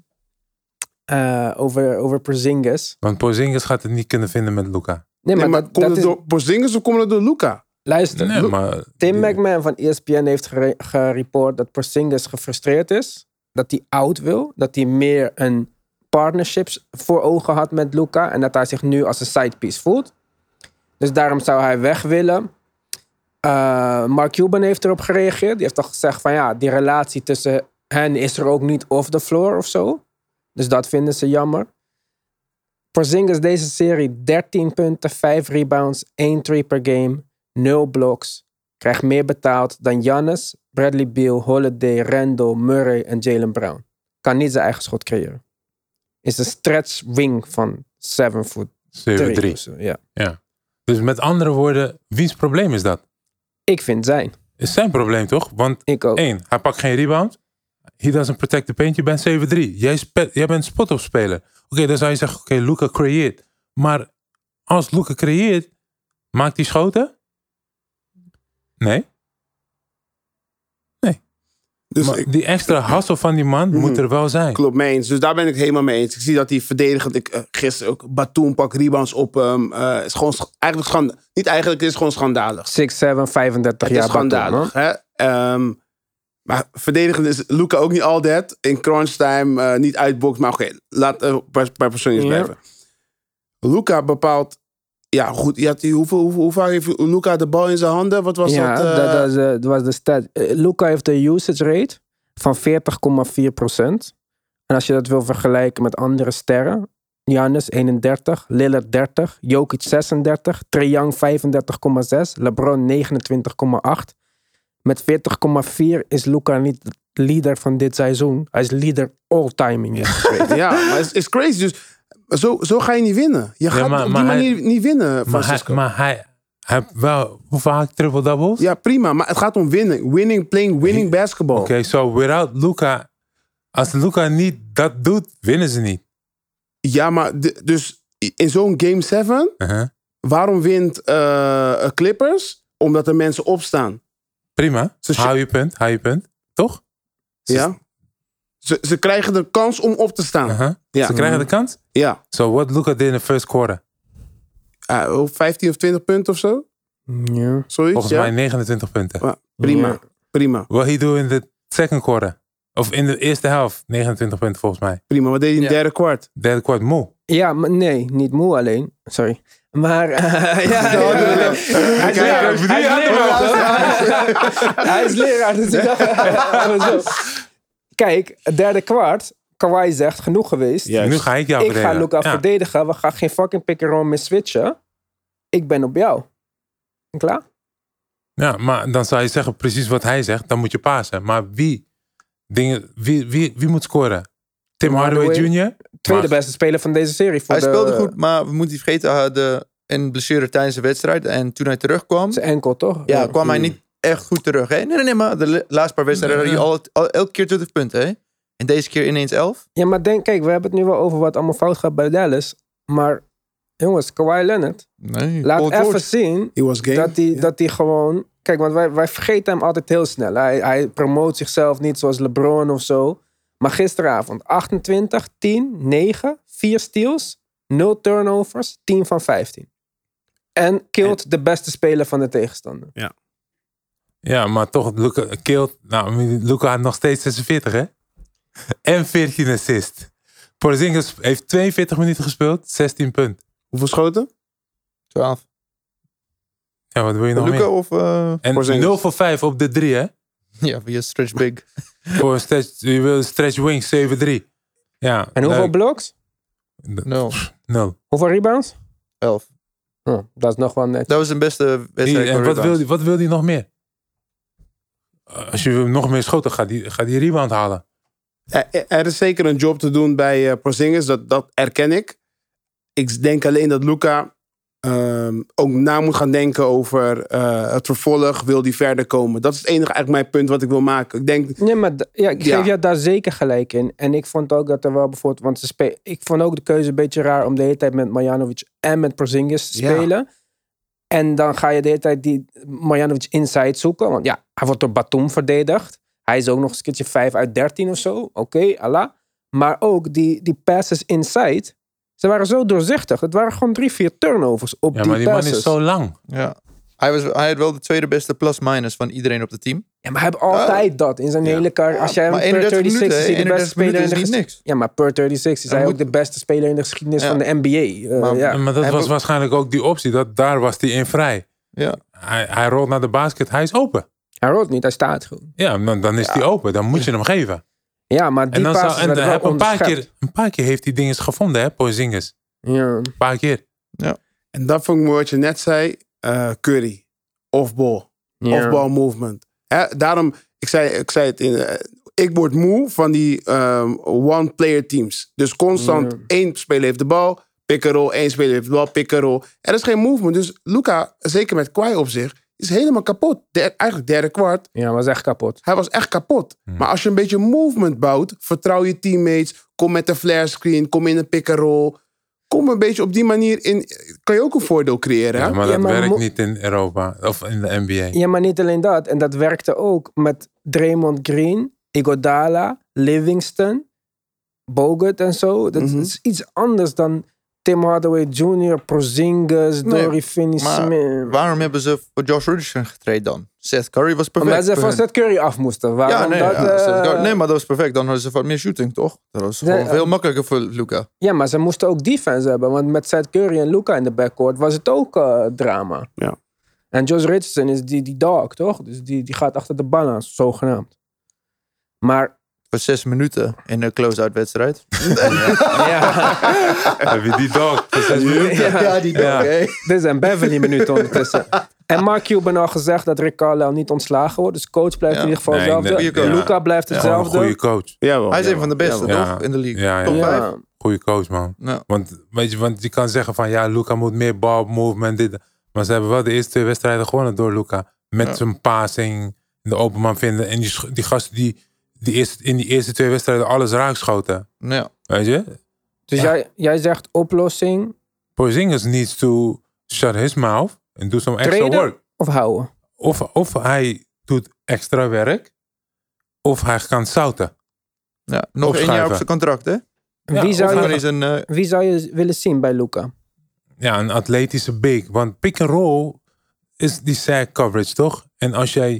A: Over Porzingis.
B: Want Porzingis gaat het niet kunnen vinden met Luka.
C: Nee, maar komt het door Porzingis of komt het door Luka?
A: Luister, Tim McMahon van ESPN heeft gereport dat Porzingis gefrustreerd is. Dat hij out wil. Dat hij meer een partnerships voor ogen had met Luka. En dat hij zich nu als een sidepiece voelt. Dus daarom zou hij weg willen. Mark Cuban heeft erop gereageerd. Die heeft al gezegd van ja, die relatie tussen hen is er ook niet off the floor of zo. Dus dat vinden ze jammer. Porzingis deze serie 13 punten, 5 rebounds, 1 3 per game, 0 blocks. Krijgt meer betaald dan Giannis, Bradley Beal, Holiday, Randle, Murray en Jaylen Brown. Kan niet zijn eigen schot creëren. Is een stretch wing van 7 foot 3.
B: Ja. Dus met andere woorden, wiens probleem is dat?
A: Ik vind zijn.
B: Is zijn probleem toch? Want 1, hij pakt geen rebound. He doesn't protect the paint. Je bent 7-3. Jij bent spot-up speler. Oké, dan zou je zeggen, Luka creëert. Maar als Luka creëert, maakt hij schoten? Nee. Dus die extra hustle van die man moet er wel zijn.
C: Klopt, mee eens. Dus daar ben ik helemaal mee eens. Ik zie dat hij verdedigend... gisteren ook Batum pak rebounds op hem. Is gewoon eigenlijk niet eigenlijk, het is gewoon schandalig.
A: 6'7", 35 jaar.
C: Het is schandalig. Hè? Maar verdedigend is Luka ook niet all that. In crunch time niet uitbokt. Maar oké, laat bij persoonlijk blijven. Luka bepaalt... Ja, goed. Hoe vaak heeft Luka de bal in zijn handen? Wat was dat?
A: Dat was de stat. Luka heeft de usage rate van 40,4%. En als je dat wil vergelijken met andere sterren. Giannis 31, Lillard 30, Jokic 36, Trae Young 35,6, LeBron 29,8. Met 40,4 is Luka niet leader van dit seizoen. Hij is leader all time in usage rate.
C: Ja, maar het is crazy. Dus... Zo ga je niet winnen. Je gaat op die manier niet winnen, Francisco.
B: Maar Hij heeft wel, hoe vaak triple-doubles?
C: Ja, prima. Maar het gaat om winnen. Winning basketball.
B: Oké, so without Luka... Als Luka niet dat doet, winnen ze niet.
C: Ja, maar dus in zo'n Game 7... Waarom wint Clippers? Omdat er mensen opstaan.
B: Prima. Hou je punt. Toch?
C: Ja. Ze krijgen de kans om op te staan. Ja.
B: Ze krijgen de kans?
C: Ja.
B: So what Luka did in the first quarter?
C: 15 of 20 punten of zo?
A: Ja.
C: Zoiets,
B: Volgens mij 29 punten.
C: Prima.
B: What he do in the second quarter? Of in de eerste helft? 29 punten volgens mij.
C: Prima. Wat deed hij in het derde kwart?
B: Derde kwart moe.
A: Ja, maar nee, niet moe alleen. Sorry. Maar hij is leraar. Dus ik dacht, kijk, het derde kwart. Kawhi zegt genoeg geweest.
B: Yes. Nu ga ik jou verdedigen.
A: Ik ga Luka verdedigen. We gaan geen fucking pick-and-roll meer switchen. Ik ben op jou. Klaar?
B: Ja, maar dan zou je zeggen precies wat hij zegt. Dan moet je pasen. Maar wie moet scoren? Tim Hardaway Jr.?
A: Tweede beste speler van deze serie.
D: Hij speelde goed, maar we moeten niet vergeten... een blessure tijdens de wedstrijd. En toen hij terugkwam...
A: Zijn enkel, toch?
D: Ja, kwam hij niet echt goed terug. Hè? Nee, maar de laatste paar wedstrijden had hij elke keer 20 punten. Hè? En deze keer ineens 11.
A: Ja, maar kijk, we hebben het nu wel over wat allemaal fout gaat bij Dallas. Maar jongens, Kawhi Leonard. Laat even zien dat hij gewoon... Kijk, want wij vergeten hem altijd heel snel. Hij promoot zichzelf niet zoals LeBron of zo. Maar gisteravond 28, 10, 9, 4 steals, 0 turnovers, 10 van 15. En killed de beste speler van de tegenstander.
B: Ja, maar toch, Luka had nog steeds 46, hè? En 14 assist. Porzingis heeft 42 minuten gespeeld, 16 punten.
C: Hoeveel schoten?
D: 12.
B: Ja, wat wil je nog
D: Luka
B: meer?
D: Of
B: en
C: Porzingis.
B: 0 voor 5 op de 3, hè?
D: Ja, via stretch big.
B: Voor een stretch, je wil stretch wing 7-3. Ja.
A: En hoeveel blocks?
D: 0.
A: Hoeveel rebounds?
D: 11.
A: Oh, dat is nog wel net.
D: Dat was zijn beste wedstrijd.
B: En wat wil hij nog meer? Als je nog meer schoten, gaat die rebound halen.
C: Er is zeker een job te doen bij Porzingis. Dat erken ik. Ik denk alleen dat Luka ook na moet gaan denken over het vervolg. Wil die verder komen? Dat is het enige eigenlijk mijn punt wat ik wil maken. Ik denk...
A: Nee, maar ik geef je daar zeker gelijk in. En ik vond ook dat er wel bijvoorbeeld... Want ik vond ook de keuze een beetje raar om de hele tijd met Marjanovic en met Porzingis te spelen. Ja. En dan ga je de hele tijd die Marjanovic inside zoeken. Want ja, hij wordt door Batum verdedigd. Hij is ook nog eens een keertje 5 uit 13 of zo. Oké, Allah. Maar ook die passes inside... Ze waren zo doorzichtig. Het waren gewoon 3-4 turnovers op die passes. Ja, maar die man
B: is zo lang.
D: Ja. Hij had wel de tweede beste plus-minus van iedereen op het team.
A: Ja, maar hij heeft altijd dat in zijn hele carrière. Als jij hem per 36 ziet, de beste speler in de geschiedenis. Ja, maar per 36 is hij ook de beste speler in de geschiedenis van de NBA.
B: Maar dat was waarschijnlijk ook die optie. Daar was hij in vrij.
D: Ja.
B: Hij rolt naar de basket. Hij is open.
A: Hij rolt niet, hij staat gewoon.
B: Ja, dan is hij open. Dan moet je hem geven.
A: Ja, maar die passes werden wel onderschept.
B: Een paar keer heeft hij dingen gevonden, hè, Porzingis.
A: Ja.
B: Een paar keer.
D: Ja.
C: En dat vond ik mooi wat je net zei. Curry. Off-ball.
A: Ja.
C: Off-ball movement. Daarom, ik zei het ik word moe van die one-player teams. Dus constant één speler heeft de bal, pick-and-roll. Één speler heeft de bal, pick-and-roll. Er is geen movement. Dus Luka, zeker met Kawhi op zich, is helemaal kapot. Eigenlijk derde kwart.
A: Ja, was echt kapot.
C: Hij was echt kapot. Maar als je een beetje movement bouwt, vertrouw je teammates, kom met de flare screen, kom in een pick-and-roll. Kom een beetje op die manier in. Kan je ook een voordeel creëren.
B: Ja, maar dat werkt niet in Europa of in de NBA.
A: Ja, maar niet alleen dat. En dat werkte ook met Draymond Green, Iguodala, Livingston, Bogut en zo. Dat is iets anders dan Tim Hardaway Jr., Porzingis, Dorian Finney-Smith.
D: Waarom hebben ze voor Josh Richardson getraind dan? Seth Curry was perfect.
A: Omdat ze van Seth Curry af moesten.
D: Waarom nee, maar dat was perfect. Dan hadden ze wat meer shooting, toch? Dat was gewoon veel makkelijker voor Luka.
A: Ja, maar ze moesten ook defense hebben. Want met Seth Curry en Luka in de backcourt was het ook drama.
C: Ja.
A: En Josh Richardson is die dog, toch? Dus die gaat achter de bal aan, zogenaamd. Maar...
D: Voor 6 minuten in een close-out wedstrijd.
B: Heb je die dog? Voor 6 minuten?
D: Ja, die dog. Ja.
A: Dit zijn Beverly minuten ondertussen. En Mark Cuban al gezegd dat Rick Carlisle niet ontslagen wordt. Dus de coach blijft in ieder geval hetzelfde. Luka blijft hetzelfde.
B: Een goede coach.
C: Hij
D: is een van de beste, toch? In de league. Top 5.
B: Goede coach, man.
D: Ja.
B: Want je kan zeggen van, Luka moet meer ball movement. Dit. Maar ze hebben wel de eerste 2 wedstrijden gewonnen door Luka. Met zijn passing in de open man vinden. En die gasten die in die eerste 2 wedstrijden alles raakschoten.
D: Ja.
B: Weet je?
A: Dus jij zegt oplossing...
B: Porzingis needs to shut his mouth and do some extra
A: Traden
B: work.
A: of houden?
B: Of hij doet extra werk. Of hij kan zouten.
D: Ja, nog 1 jaar op zijn contract, hè?
B: Ja,
A: Wie zou je willen zien bij Luka?
B: Ja, een atletische big. Want pick and roll is die sag coverage, toch? En als jij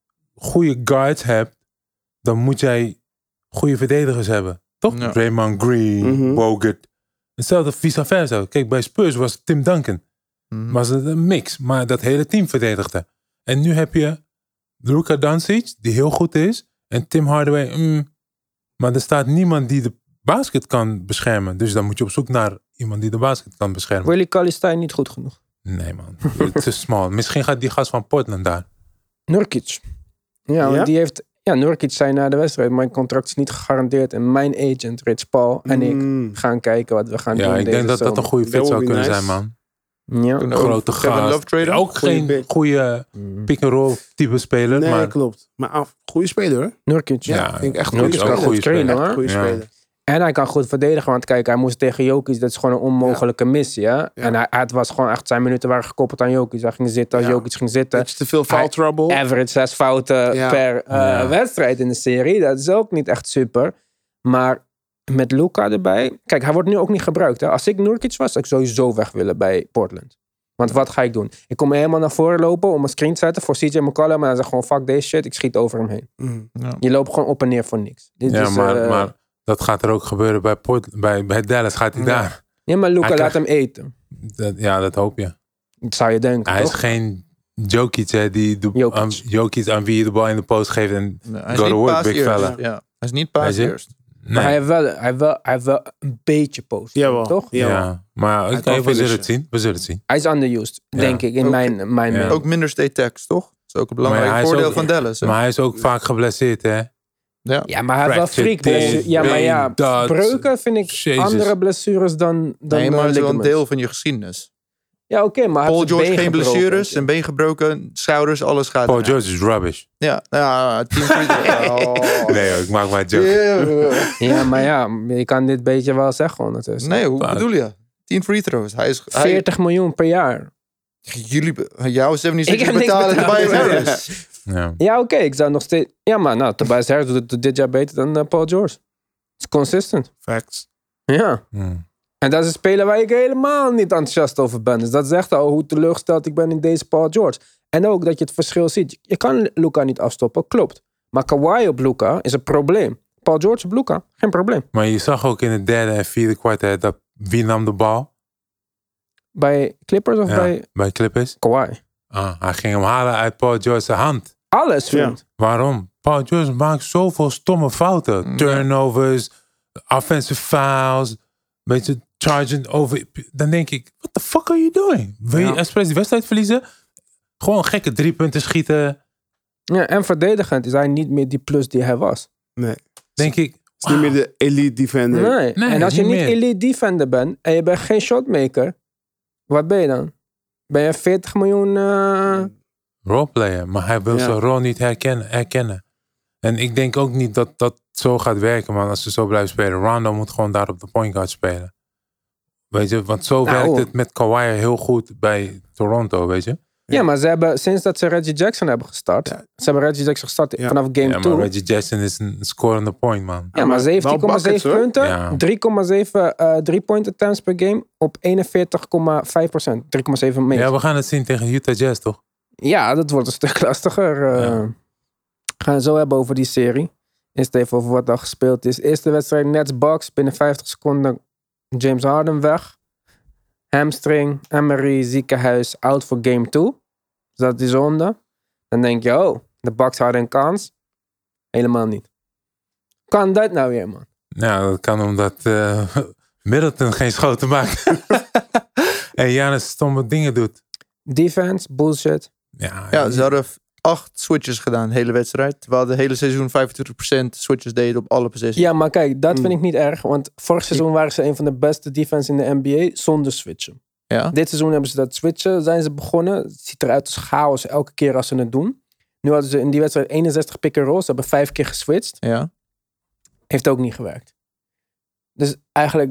B: goede guards hebt, dan moet jij goede verdedigers hebben. Toch?
D: Ja.
B: Draymond Green, Bogut. Hetzelfde vice versa. Kijk, bij Spurs was Tim Duncan. Was het een mix, maar dat hele team verdedigde. En nu heb je Luka Doncic, die heel goed is. En Tim Hardaway, maar er staat niemand die de basket kan beschermen. Dus dan moet je op zoek naar iemand die de basket kan beschermen.
A: Willie Cauley-Stein niet goed genoeg.
B: Nee man, het is small. Misschien gaat die gast van Portland daar.
A: Nurkic. Ja, want die heeft... Ja, Nurkic zei na de wedstrijd, mijn contract is niet gegarandeerd. En mijn agent, Rich Paul, en ik gaan kijken wat we gaan doen.
B: Ja, ik denk dat dat een goede fit zou kunnen zijn, man.
A: Ja.
B: Een grote gast. Ook geen goede pick-and-roll type speler.
C: Nee,
B: maar
C: klopt. Maar goede speler, hoor.
A: Nurkic.
C: Ja, vind ik echt
B: Nurkic
C: goede
B: is ook een
C: speler.
B: goede speler.
C: Goede speler.
A: En hij kan goed verdedigen, want kijk, hij moest tegen Jokic, dat is gewoon een onmogelijke missie. Hè? En het was gewoon echt, zijn minuten waren gekoppeld aan Jokic. Hij ging zitten als Jokic ging zitten.
C: Het is te veel foul trouble.
A: Average 6 fouten per wedstrijd in de serie. Dat is ook niet echt super. Maar met Luka erbij, kijk, hij wordt nu ook niet gebruikt. Hè? Als ik Nurkic was, zou ik sowieso weg willen bij Portland. Want wat ga ik doen? Ik kom helemaal naar voren lopen om een screen te zetten voor CJ McCollum. En dan zeg gewoon, fuck deze shit, ik schiet over hem heen. Je loopt gewoon op en neer voor niks.
B: Maar dat gaat er ook gebeuren bij Dallas. Gaat hij daar.
A: Ja, maar Luka laat hem eten.
B: Dat hoop je.
A: Dat zou je denken,
B: Hij
A: toch?
B: is geen Jokic, hè, Jokic aan wie je de bal in de post geeft en go to work, big fella.
D: Ja. Hij is niet paas eerst.
B: Nee.
A: Maar hij heeft wel een beetje post. Toch?
B: Ja, maar we zullen het zien.
A: Hij is underused, denk ik, in mijn mening.
D: Ook minder state tax, toch? Dat is ook een belangrijk voordeel van Dallas. Hè?
B: Maar hij is ook vaak geblesseerd, hè?
A: Ja, maar hij heeft wel freak. Ja, maar breuken vind ik andere blessures dan
D: nee, maar het is wel een deel van je geschiedenis.
A: Ja, oké, maar
D: Paul George geen blessures, zijn been gebroken, schouders, alles gaat.
B: Paul George is rubbish.
D: Ja, team free throw.
B: Nee, ik maak maar joke.
A: Ja, maar je kan dit beetje wel zeggen ondertussen.
D: Nee, hoe bedoel je? 10 free throws. Hij is
A: 40 miljoen per jaar.
D: Jouw 76 betalen Tobias Harris.
A: Ja, oké, ik zou nog steeds... Ja, maar Tobias Harris doet dit jaar beter dan Paul George. Het is consistent.
C: Facts.
A: Ja. En dat is een speler waar ik helemaal niet enthousiast over ben. Dus dat zegt al hoe teleurgesteld ik ben in deze Paul George. En ook dat je het verschil ziet. Je kan Luka niet afstoppen, klopt. Maar Kawhi op Luka is een probleem. Paul George op Luka, geen probleem.
B: Maar je zag ook in het derde en vierde kwart dat wie nam de bal?
A: Bij Clippers of
B: bij Clippers?
A: Kawhi.
B: Hij ging hem halen uit Paul George's hand.
A: Alles, vriend.
B: Ja. Waarom? Paul George maakt zoveel stomme fouten. Turnovers, offensive fouls, beetje charging over. Dan denk ik, what the fuck are you doing? Wil je expres die wedstrijd verliezen? Gewoon gekke 3 punten schieten.
A: Ja, en verdedigend is hij niet meer die plus die hij was.
C: Nee.
B: Denk ik.
C: Is niet meer de elite defender.
A: Nee. En als je niet elite defender bent en je bent geen shotmaker, wat ben je dan? Ben je 40 miljoen...
B: Roleplayer, maar hij wil zijn rol niet herkennen. En ik denk ook niet dat dat zo gaat werken, man, als ze zo blijven spelen. Rondo moet gewoon daar op de point guard spelen. Weet je, want zo werkt het met Kawhi heel goed bij Toronto, weet je.
A: Ja, maar ze hebben, sinds dat ze Reggie Jackson hebben gestart. Ze hebben Reggie Jackson gestart vanaf game 2.
B: Ja, maar Reggie Jackson is een scorende point, man.
A: Ja, maar 17,7 punten. 3,7 3-point attempts per game op 41,5%. 3,7 meter.
B: Ja, we gaan het zien tegen Utah Jazz, toch?
A: Ja, dat wordt een stuk lastiger. We gaan het zo hebben over die serie. Eerst even over wat er gespeeld is. Eerste wedstrijd Nets Bucks. Binnen 50 seconden James Harden weg. Hamstring, Emery, ziekenhuis, out voor game 2. Dus dat is zonde. Dan denk je, oh, de Bucks hadden een kans. Helemaal niet. Kan dat nou weer, man?
B: Ja, dat kan omdat Middleton geen schoten maakt. En Giannis stomme dingen doet.
A: Defense, bullshit.
B: Ja,
D: ze hadden 8 switches gedaan, de hele wedstrijd. Terwijl de hele seizoen 25% switches deden op alle possessions.
A: Ja, maar kijk, dat vind ik niet erg. Want vorig seizoen waren ze een van de beste defense in de NBA zonder switchen.
D: Ja.
A: Dit seizoen hebben ze dat switchen, zijn ze begonnen. Het ziet eruit als chaos elke keer als ze het doen. Nu hadden ze in die wedstrijd 61 pick-and-rolls. Ze hebben 5 keer geswitcht.
D: Ja.
A: Heeft ook niet gewerkt. Dus eigenlijk,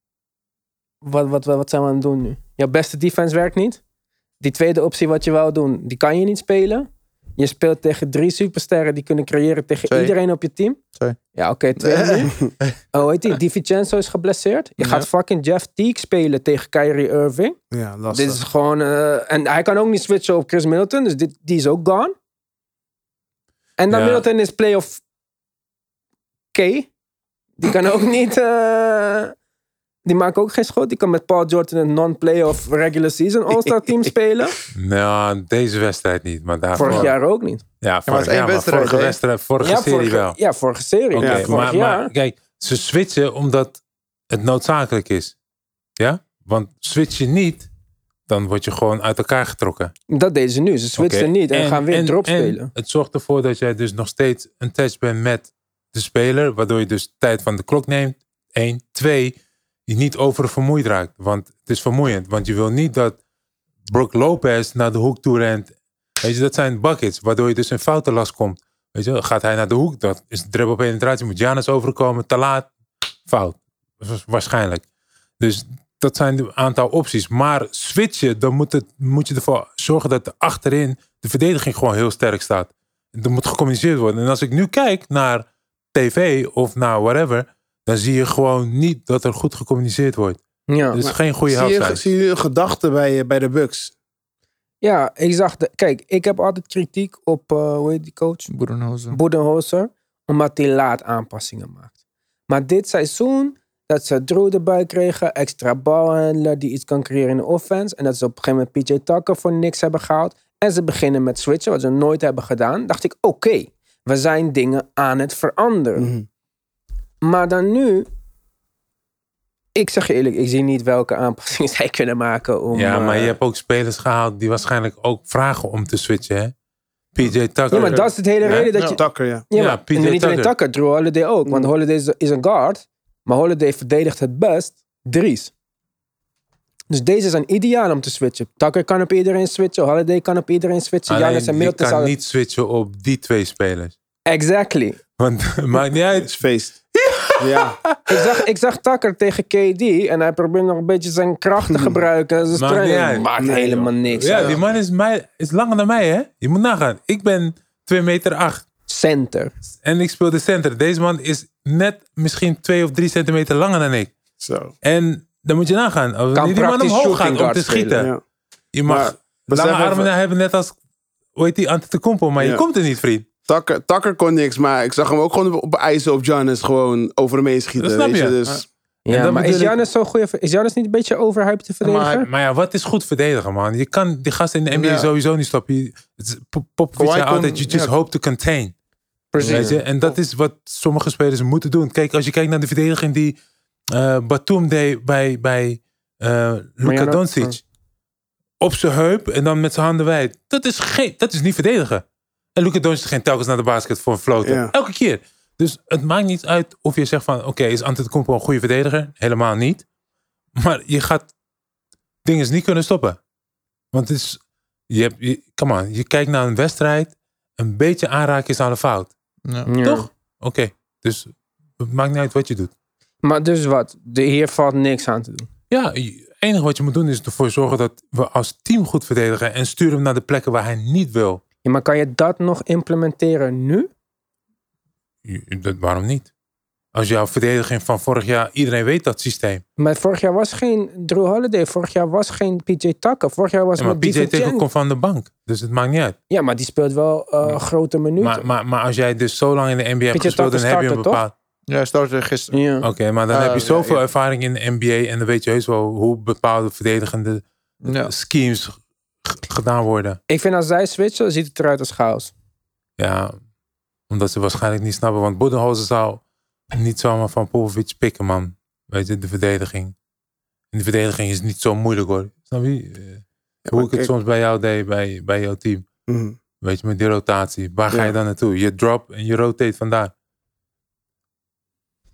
A: wat zijn we aan het doen nu? Jouw beste defense werkt niet. Die tweede optie wat je wou doen, die kan je niet spelen. Je speelt tegen 3 supersterren die kunnen creëren tegen
D: 2.
A: iedereen op je team.
D: 2.
A: Ja, oké, 2 nu. Oh, weet je, DiVincenzo is geblesseerd. Je gaat fucking Jeff Teague spelen tegen Kyrie Irving.
C: Ja, lastig.
A: Dit is gewoon... en hij kan ook niet switchen op Chris Middleton. Dus die is ook gone. En dan Middleton is playoff K. Die kan ook niet... die maakt ook geen schot. Die kan met Paul George in een non-playoff regular season All-Star team spelen.
B: Nou, deze wedstrijd niet. Maar daarvoor...
A: Vorig jaar ook niet.
B: Ja, vorige serie wel.
A: Ja, vorige serie.
B: Okay, maar kijk, ze switchen omdat het noodzakelijk is. Ja? Want switch je niet, dan word je gewoon uit elkaar getrokken.
A: Dat deden ze nu. Ze switchten niet en gaan weer drop spelen.
B: Het zorgt ervoor dat jij dus nog steeds attached bent met de speler, waardoor je dus tijd van de klok neemt. 1, 2, je niet oververmoeid raakt. Want het is vermoeiend. Want je wil niet dat Brook Lopez naar de hoek toe rent. Weet je, dat zijn buckets, waardoor je dus in foutenlast komt. Weet je, gaat hij naar de hoek, dat is dribbel penetratie, moet Giannis overkomen, te laat, fout. Waarschijnlijk. Dus dat zijn een aantal opties. Maar switchen, dan moet je ervoor zorgen dat er achterin de verdediging gewoon heel sterk staat. Er moet gecommuniceerd worden. En als ik nu kijk naar tv of naar whatever, dan zie je gewoon niet dat er goed gecommuniceerd wordt.
A: Ja,
B: dus geen goede helft.
C: Zie je een gedachte bij de Bucks?
A: Ja, ik zag... Kijk, ik heb altijd kritiek op... hoe heet die coach? Budenholzer. Omdat hij laat aanpassingen maakt. Maar dit seizoen, dat ze Drew erbij kregen, extra balhandler die iets kan creëren in de offense. En dat ze op een gegeven moment PJ Tucker voor niks hebben gehaald. En ze beginnen met switchen, wat ze nooit hebben gedaan. Dacht ik, oké, we zijn dingen aan het veranderen. Mm-hmm. Maar dan nu... Ik zeg je eerlijk, ik zie niet welke aanpassingen zij kunnen maken om...
B: Ja, maar je hebt ook spelers gehaald die waarschijnlijk ook vragen om te switchen, hè? PJ Tucker.
A: Ja, maar dat is het hele reden dat je...
C: Tucker, ja.
A: Ja, maar PJ niet alleen Tucker, Drew Holiday ook. Want Holiday is een guard, maar Holiday verdedigt het best drie's. Dus deze zijn ideaal om te switchen. Tucker kan op iedereen switchen, Holiday kan op iedereen switchen.
B: Alleen, je kan niet switchen op die 2 spelers.
A: Exactly.
B: Want maakt niet uit.
C: Het is feest. Ja.
A: Ik zag Tucker tegen KD en hij probeert nog een beetje zijn kracht te gebruiken. Maakt helemaal niks.
B: Ja, die man is langer dan mij, hè? Je moet nagaan. Ik ben 2,8 meter.
A: Center.
B: En ik speel de center. Deze man is net misschien 2 of 3 centimeter langer dan ik.
C: Zo.
B: En dan moet je nagaan. Als die man omhoog gaat om te schieten. Ja. Je mag lange armen hebben net als, hoe heet die, Antetokounmpo. Maar je komt er niet, vriend.
C: Tucker kon niks, maar ik zag hem ook gewoon op ijzer op Giannis gewoon over hem heen schieten.
B: Dat snap je.
C: Dus...
A: Ja, maar is Giannis zo goed? Is Giannis niet een beetje overhyped te verdedigen?
B: Maar ja, wat is goed verdedigen, man? Je kan die gasten in de NBA sowieso niet stoppen. Popovic zei altijd, you just hope to contain.
A: Precies.
B: Weet je? En dat is wat sommige spelers moeten doen. Kijk, als je kijkt naar de verdediging die Batum deed bij Luka Doncic. Op zijn heup en dan met zijn handen wijd. Dat is niet verdedigen. En Luka Doncic ging telkens naar de basket voor een floater. Ja. Elke keer. Dus het maakt niet uit of je zegt van... Oké, is Antetokounmpo een goede verdediger? Helemaal niet. Maar je gaat dingen niet kunnen stoppen. Want het is... Je kijkt naar een wedstrijd. Een beetje aanraken is aan de fout.
D: Ja.
B: Toch? Oké. Dus het maakt niet uit wat je doet.
A: Maar dus wat? Hier valt niks aan te doen.
B: Ja, het enige wat je moet doen is ervoor zorgen dat we als team goed verdedigen. En stuur hem naar de plekken waar hij niet wil.
A: Ja, maar kan je dat nog implementeren nu?
B: Waarom niet? Als jouw verdediging van vorig jaar... Iedereen weet dat systeem.
A: Maar vorig jaar was geen Drew Holiday. Vorig jaar was geen PJ Tucker. Vorig jaar was
B: maar PJ Tucker komt van de bank. Dus het maakt niet uit.
A: Ja, maar die speelt wel grote minuten.
B: Maar als jij dus zo lang in de NBA hebt gespeeld... Dan heb je een bepaald...
D: Ja, hij startte gisteren.
A: Ja.
B: Oké, maar dan heb je zoveel ervaring in de NBA... en dan weet je heus wel hoe bepaalde verdedigende schemes gedaan worden.
A: Ik vind als zij switchen, ziet het eruit als chaos.
B: Ja, omdat ze waarschijnlijk niet snappen. Want Budenholzer zou niet zomaar van Popovic pikken, man. Weet je, de verdediging. En de verdediging is niet zo moeilijk, hoor. Snap je? Hoe ik het soms bij jou deed, bij jouw team. Mm-hmm. Weet je, met die rotatie. Waar ga je dan naartoe? Je drop en je rotate vandaar.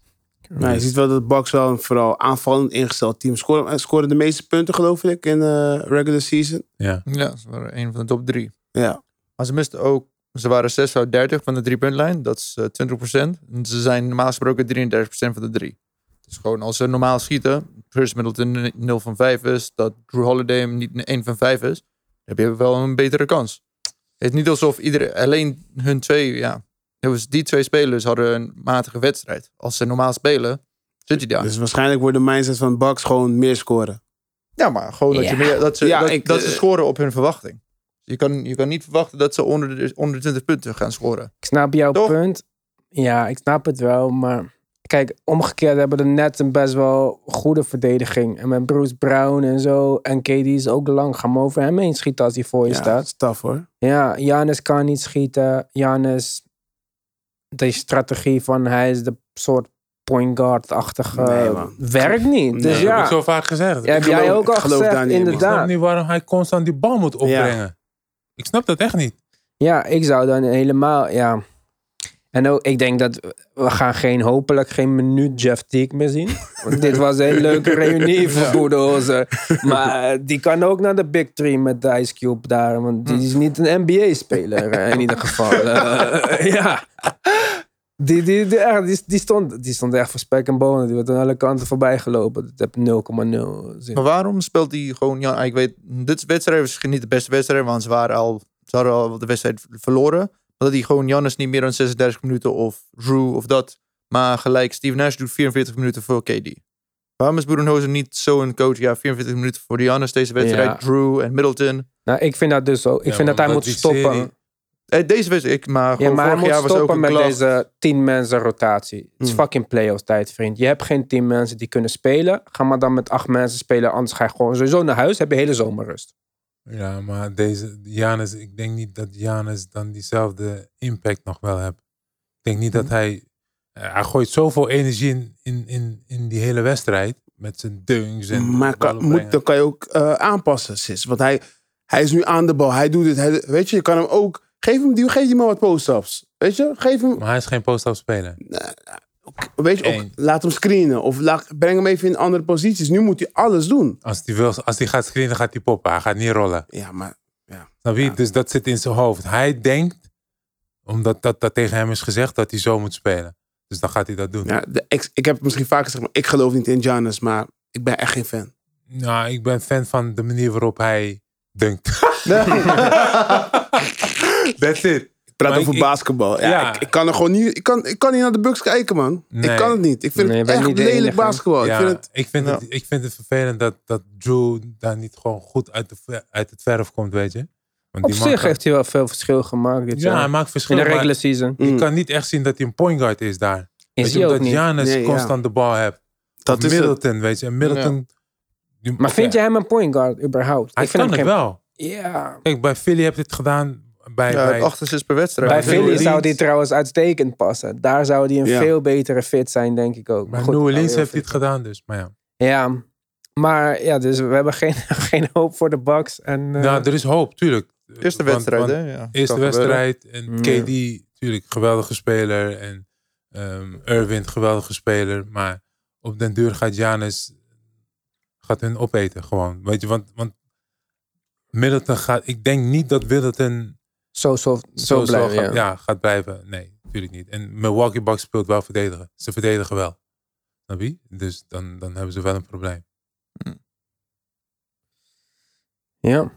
C: Nou, je ziet wel dat de Bucks wel een vooral aanvallend ingesteld team scoren de meeste punten, geloof ik, in de regular season.
B: Ja,
D: ze waren een van de top 3.
C: Ja.
D: Maar ze misten ook, ze waren 6 uit 30 van de 3-puntlijn. Dat is 20%. En ze zijn normaal gesproken 33% van de 3. Dus gewoon als ze normaal schieten, Chris Middleton 0 van 5 is, dat Drew Holiday niet 1 van 5 is, dan heb je wel een betere kans. Het is niet alsof alleen hun twee, dus die twee spelers hadden een matige wedstrijd. Als ze normaal spelen, zit hij daar.
C: Dus waarschijnlijk wordt de mindset van de Bucks gewoon meer scoren.
D: Ja, maar gewoon dat ze scoren op hun verwachting. Je kan niet verwachten dat ze onder de 20 punten gaan scoren.
A: Ik snap jouw punt. Ja, ik snap het wel. Maar kijk, omgekeerd hebben de Nets een best wel goede verdediging. En met Bruce Brown en zo. En KD is ook lang. Ga maar over hem heen schieten als hij voor je staat.
C: Dat is tough hoor.
A: Ja, Giannis kan niet schieten. Giannis, de strategie van hij is de soort point guard-achtige werkt niet.
B: Nee,
A: Dus
B: dat heb ik zo vaak gezegd.
A: Ja, heb jij ook al gezegd, inderdaad.
B: Ik snap niet waarom hij constant die bal moet opbrengen. Ja. Ik snap dat echt niet.
A: Ja, ik zou dan helemaal, En ook, ik denk dat we gaan hopelijk geen minuut Jeff Teague meer zien. Want dit was een hele leuke reunie voor Boedehozen. Maar die kan ook naar de Big Three met de Ice Cube daar. Want die is niet een NBA-speler in ieder geval. Die stond echt voor spek en bonen. Die werd aan alle kanten voorbij gelopen. Dat heb 0,0 zin.
D: Maar waarom speelt hij gewoon... Ja, ik weet, dit wedstrijd was niet de beste wedstrijd. Want ze hadden al de wedstrijd verloren. Dat hij gewoon Giannis niet meer dan 36 minuten of Drew of dat. Maar gelijk Steve Nash doet 44 minuten voor KD. Waarom is Budenholzer niet zo'n coach? Ja, 44 minuten voor Giannis deze wedstrijd. Ja. Drew en Middleton.
A: Nou, ik vind dat dus ook. Ik vind dat hij moet stoppen.
D: Deze wedstrijd, maar
A: hij moet stoppen met deze 10 mensen rotatie. Het is fucking playoffs tijd, vriend. Je hebt geen 10 mensen die kunnen spelen. Ga maar dan met 8 mensen spelen. Anders ga je gewoon sowieso naar huis. Heb je hele zomerrust.
B: Ja, maar deze Giannis, ik denk niet dat Giannis dan diezelfde impact nog wel heeft. Ik denk niet dat hij gooit zoveel energie in die hele wedstrijd. Met zijn dunks en...
C: Maar dan kan je ook aanpassen, sis. Want hij is nu aan de bal. Hij doet het. Weet je kan hem ook... Geef hem maar wat post-ups. Weet je? Geef hem...
B: Maar hij is geen post-up speler.
C: Weet je, laat hem screenen. Of breng hem even in andere posities. Nu moet hij alles doen.
B: Als hij gaat screenen, gaat hij poppen. Hij gaat niet rollen.
C: Ja, maar...
B: Snap je? Ja. Dus dat zit in zijn hoofd. Hij denkt, omdat dat tegen hem is gezegd, dat hij zo moet spelen. Dus dan gaat hij dat doen.
C: Ja, ik heb het misschien vaker gezegd, maar ik geloof niet in Giannis. Maar ik ben echt geen fan.
B: Nou, ik ben fan van de manier waarop hij denkt. That's it.
C: Ik praat over basketbal. Ik kan er gewoon niet... Ik kan niet naar de Bucks kijken, man. Nee. Ik kan het niet. Ik vind het echt lelijk basketbal.
B: Ja, ik vind het vervelend dat Drew daar niet gewoon goed uit het verf komt, weet je. Want
A: op zich heeft hij wel veel verschil gemaakt dit jaar.
B: Hij maakt verschil.
A: In de regular season.
B: Je kan niet echt zien dat hij een point guard is daar.
A: Is hij ook niet.
B: Giannis constant de bal hebt. Dat is Middleton, weet je. En Middleton...
A: Ja. Maar vind jij hem een point guard überhaupt?
B: Hij kan het wel.
A: Ja.
B: Kijk, bij Philly heb je het gedaan... Bij
D: 8 assists per wedstrijd.
A: Bij Philly zou die trouwens uitstekend passen. Daar zou die een veel betere fit zijn, denk ik ook.
B: Bij New Orleans heeft hij het gedaan dus. Maar ja.
A: Ja, maar ja, dus we hebben geen hoop voor de Bucks. En,
B: nou, er is hoop, tuurlijk.
D: Eerste wedstrijd, hè? Ja,
B: eerste wedstrijd. En KD, natuurlijk, geweldige speler. En Irving, geweldige speler. Maar op den duur gaat Giannis hun opeten gewoon. Weet je, want Middleton gaat... Ik denk niet dat Middleton...
A: Zo blijven,
B: gaat blijven. Nee, natuurlijk niet. En Milwaukee Bucks speelt wel verdedigen. Ze verdedigen wel. Snap je? Dus dan hebben ze wel een probleem.
A: Ja.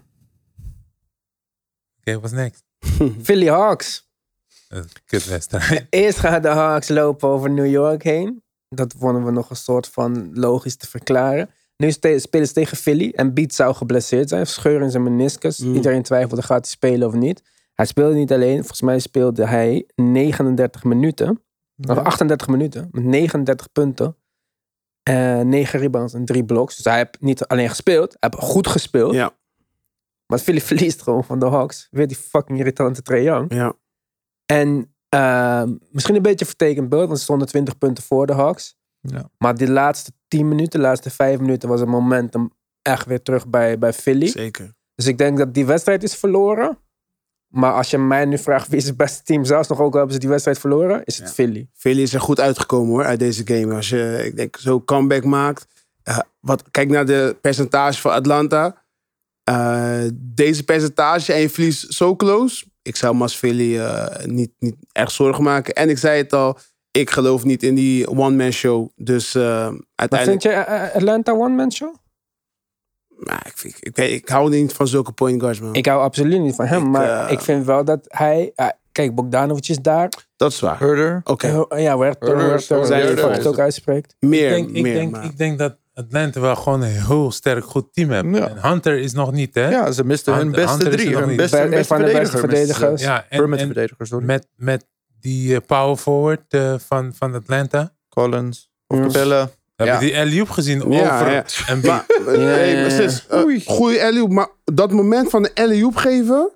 B: Oké, what's next?
A: Philly Hawks.
B: Kutwedstrijd.
A: Eerst gaan de Hawks lopen over New York heen. Dat vonden we nog een soort van logisch te verklaren. Nu spelen ze tegen Philly. En Beat zou geblesseerd zijn. Scheur in zijn meniscus. Iedereen twijfelde, gaat hij spelen of niet? Hij speelde niet alleen. Volgens mij speelde hij 39 minuten. Of 38 minuten. Met 39 punten. 9 rebounds en 3 blocks. Dus hij heeft niet alleen gespeeld. Hij heeft goed gespeeld.
C: Ja.
A: Maar Philly verliest gewoon van de Hawks. Weer die fucking irritante Trae Young.
C: Ja.
A: En misschien een beetje vertekend beeld. Want ze stonden 20 punten voor de Hawks.
D: Ja.
A: Maar die laatste 10 minuten, de laatste 5 minuten... was het momentum echt weer terug bij Philly.
C: Zeker.
A: Dus ik denk dat die wedstrijd is verloren. Maar als je mij nu vraagt wie is het beste team, zelfs nog ook al hebben ze die wedstrijd verloren, is het Philly.
C: Philly is er goed uitgekomen hoor, uit deze game. Als je, ik denk, zo comeback maakt. Kijk naar de percentage van Atlanta. Deze percentage en je verliest zo close. Ik zou me als Philly niet erg zorgen maken. En ik zei het al, ik geloof niet in die one-man show. Dus uiteindelijk...
A: Maar vind je Atlanta one-man show?
C: Nou, ik hou niet van zulke point guards, man.
A: Ik hou absoluut niet van hem. Maar ik vind wel dat hij... kijk, Bogdanovic is daar.
C: Dat is waar.
D: Herder.
C: Oké.
A: Ja, Herder. Zijn het ook uitspreekt.
B: Ik denk dat Atlanta wel gewoon een heel sterk goed team heeft.
D: Ja.
B: En Hunter is nog niet, hè?
D: Ja, ze misten hun beste
B: Hunter is
D: drie.
B: er nog
D: Hun
B: niet.
D: beste
A: Van de beste verdedigers.
B: Ja,
D: verdedigers, sorry.
B: met die power forward van Atlanta.
D: Collins. Of Capella.
B: Hebben die alley-oop gezien over en
C: goeie alley-oop. Maar dat moment van de alley-oop geven...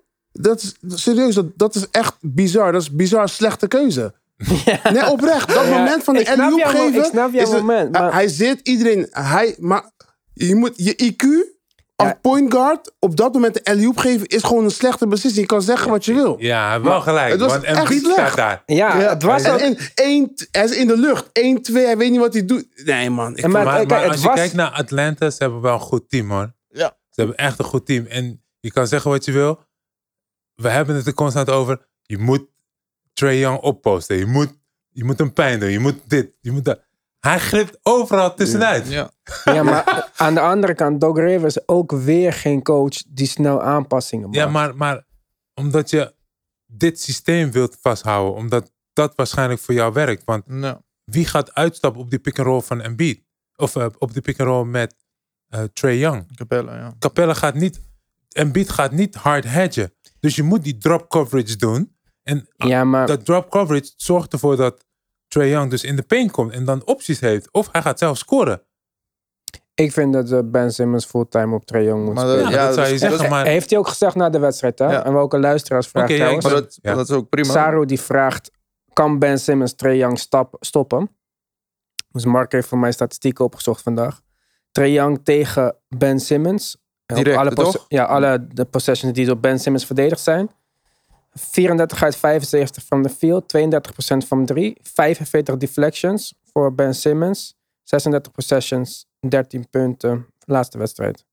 C: Dat is echt bizar. Dat is bizar slechte keuze. Ja. Nee, oprecht. Dat moment van de alley-oop geven...
A: Ik snap jouw moment. Maar...
C: Hij zit iedereen... Maar je moet je IQ als point guard op dat moment de alley-oop geven is gewoon een slechte beslissing. Je kan zeggen wat je wil.
B: Ja, hij heeft wel gelijk.
C: Het was
B: want
C: echt
B: Embiid staat daar.
A: Ja, het was ook...
C: Hij is in de lucht. 1-2, hij weet niet wat hij doet. Nee, man.
B: Maar als je kijkt naar Atlanta, ze hebben wel een goed team, hoor.
D: Ja.
B: Ze hebben echt een goed team. En je kan zeggen wat je wil. We hebben het er constant over. Je moet Trae Young opposten. Je moet hem pijn doen. Je moet dit. Je moet dat. Hij glipt overal tussenuit.
D: Ja,
A: maar aan de andere kant, Doc Rivers is ook weer geen coach die snel aanpassingen maakt.
B: Ja, maar omdat je dit systeem wilt vasthouden. Omdat dat waarschijnlijk voor jou werkt. Want wie gaat uitstappen op die pick-and-roll van Embiid? Of op die pick-and-roll met Trae Young? Capella gaat niet... Embiid gaat niet hard hedgen. Dus je moet die drop coverage doen. En dat drop coverage zorgt ervoor dat Trae Young dus in de paint komt en dan opties heeft. Of hij gaat zelf scoren.
A: Ik vind dat Ben Simmons fulltime op Trae Young moet spelen.
B: Dat zou je zeggen. Maar...
A: Heeft hij ook gezegd na de wedstrijd. Hè? Ja. En welke luisteraars vragen trouwens.
D: Maar dat is ook prima.
A: Saru die vraagt, kan Ben Simmons Trae Young stoppen? Dus Mark heeft voor mij statistieken opgezocht vandaag. Trae Young tegen Ben Simmons.
D: Direct, toch?
A: Alle de possessions die door Ben Simmons verdedigd zijn. 34 uit 75 van de field. 32% van 3. 45 deflections voor Ben Simmons. 36 possessions. 13 punten. Laatste wedstrijd.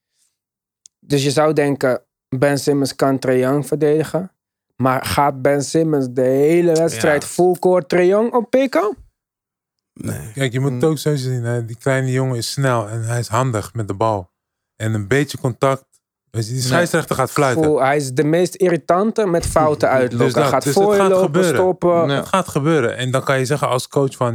A: Dus je zou denken, Ben Simmons kan Trae Young verdedigen. Maar gaat Ben Simmons de hele wedstrijd full court Trae Young oppikken?
B: Nee. Kijk, je moet het ook zo zien. Hè? Die kleine jongen is snel en hij is handig met de bal. En een beetje contact. Dus die scheidsrechter gaat fluiten.
A: Hij is de meest irritante met fouten uitlokken. Hij gaat voorlopen, stoppen.
B: Het gaat gebeuren. En dan kan je zeggen als coach van...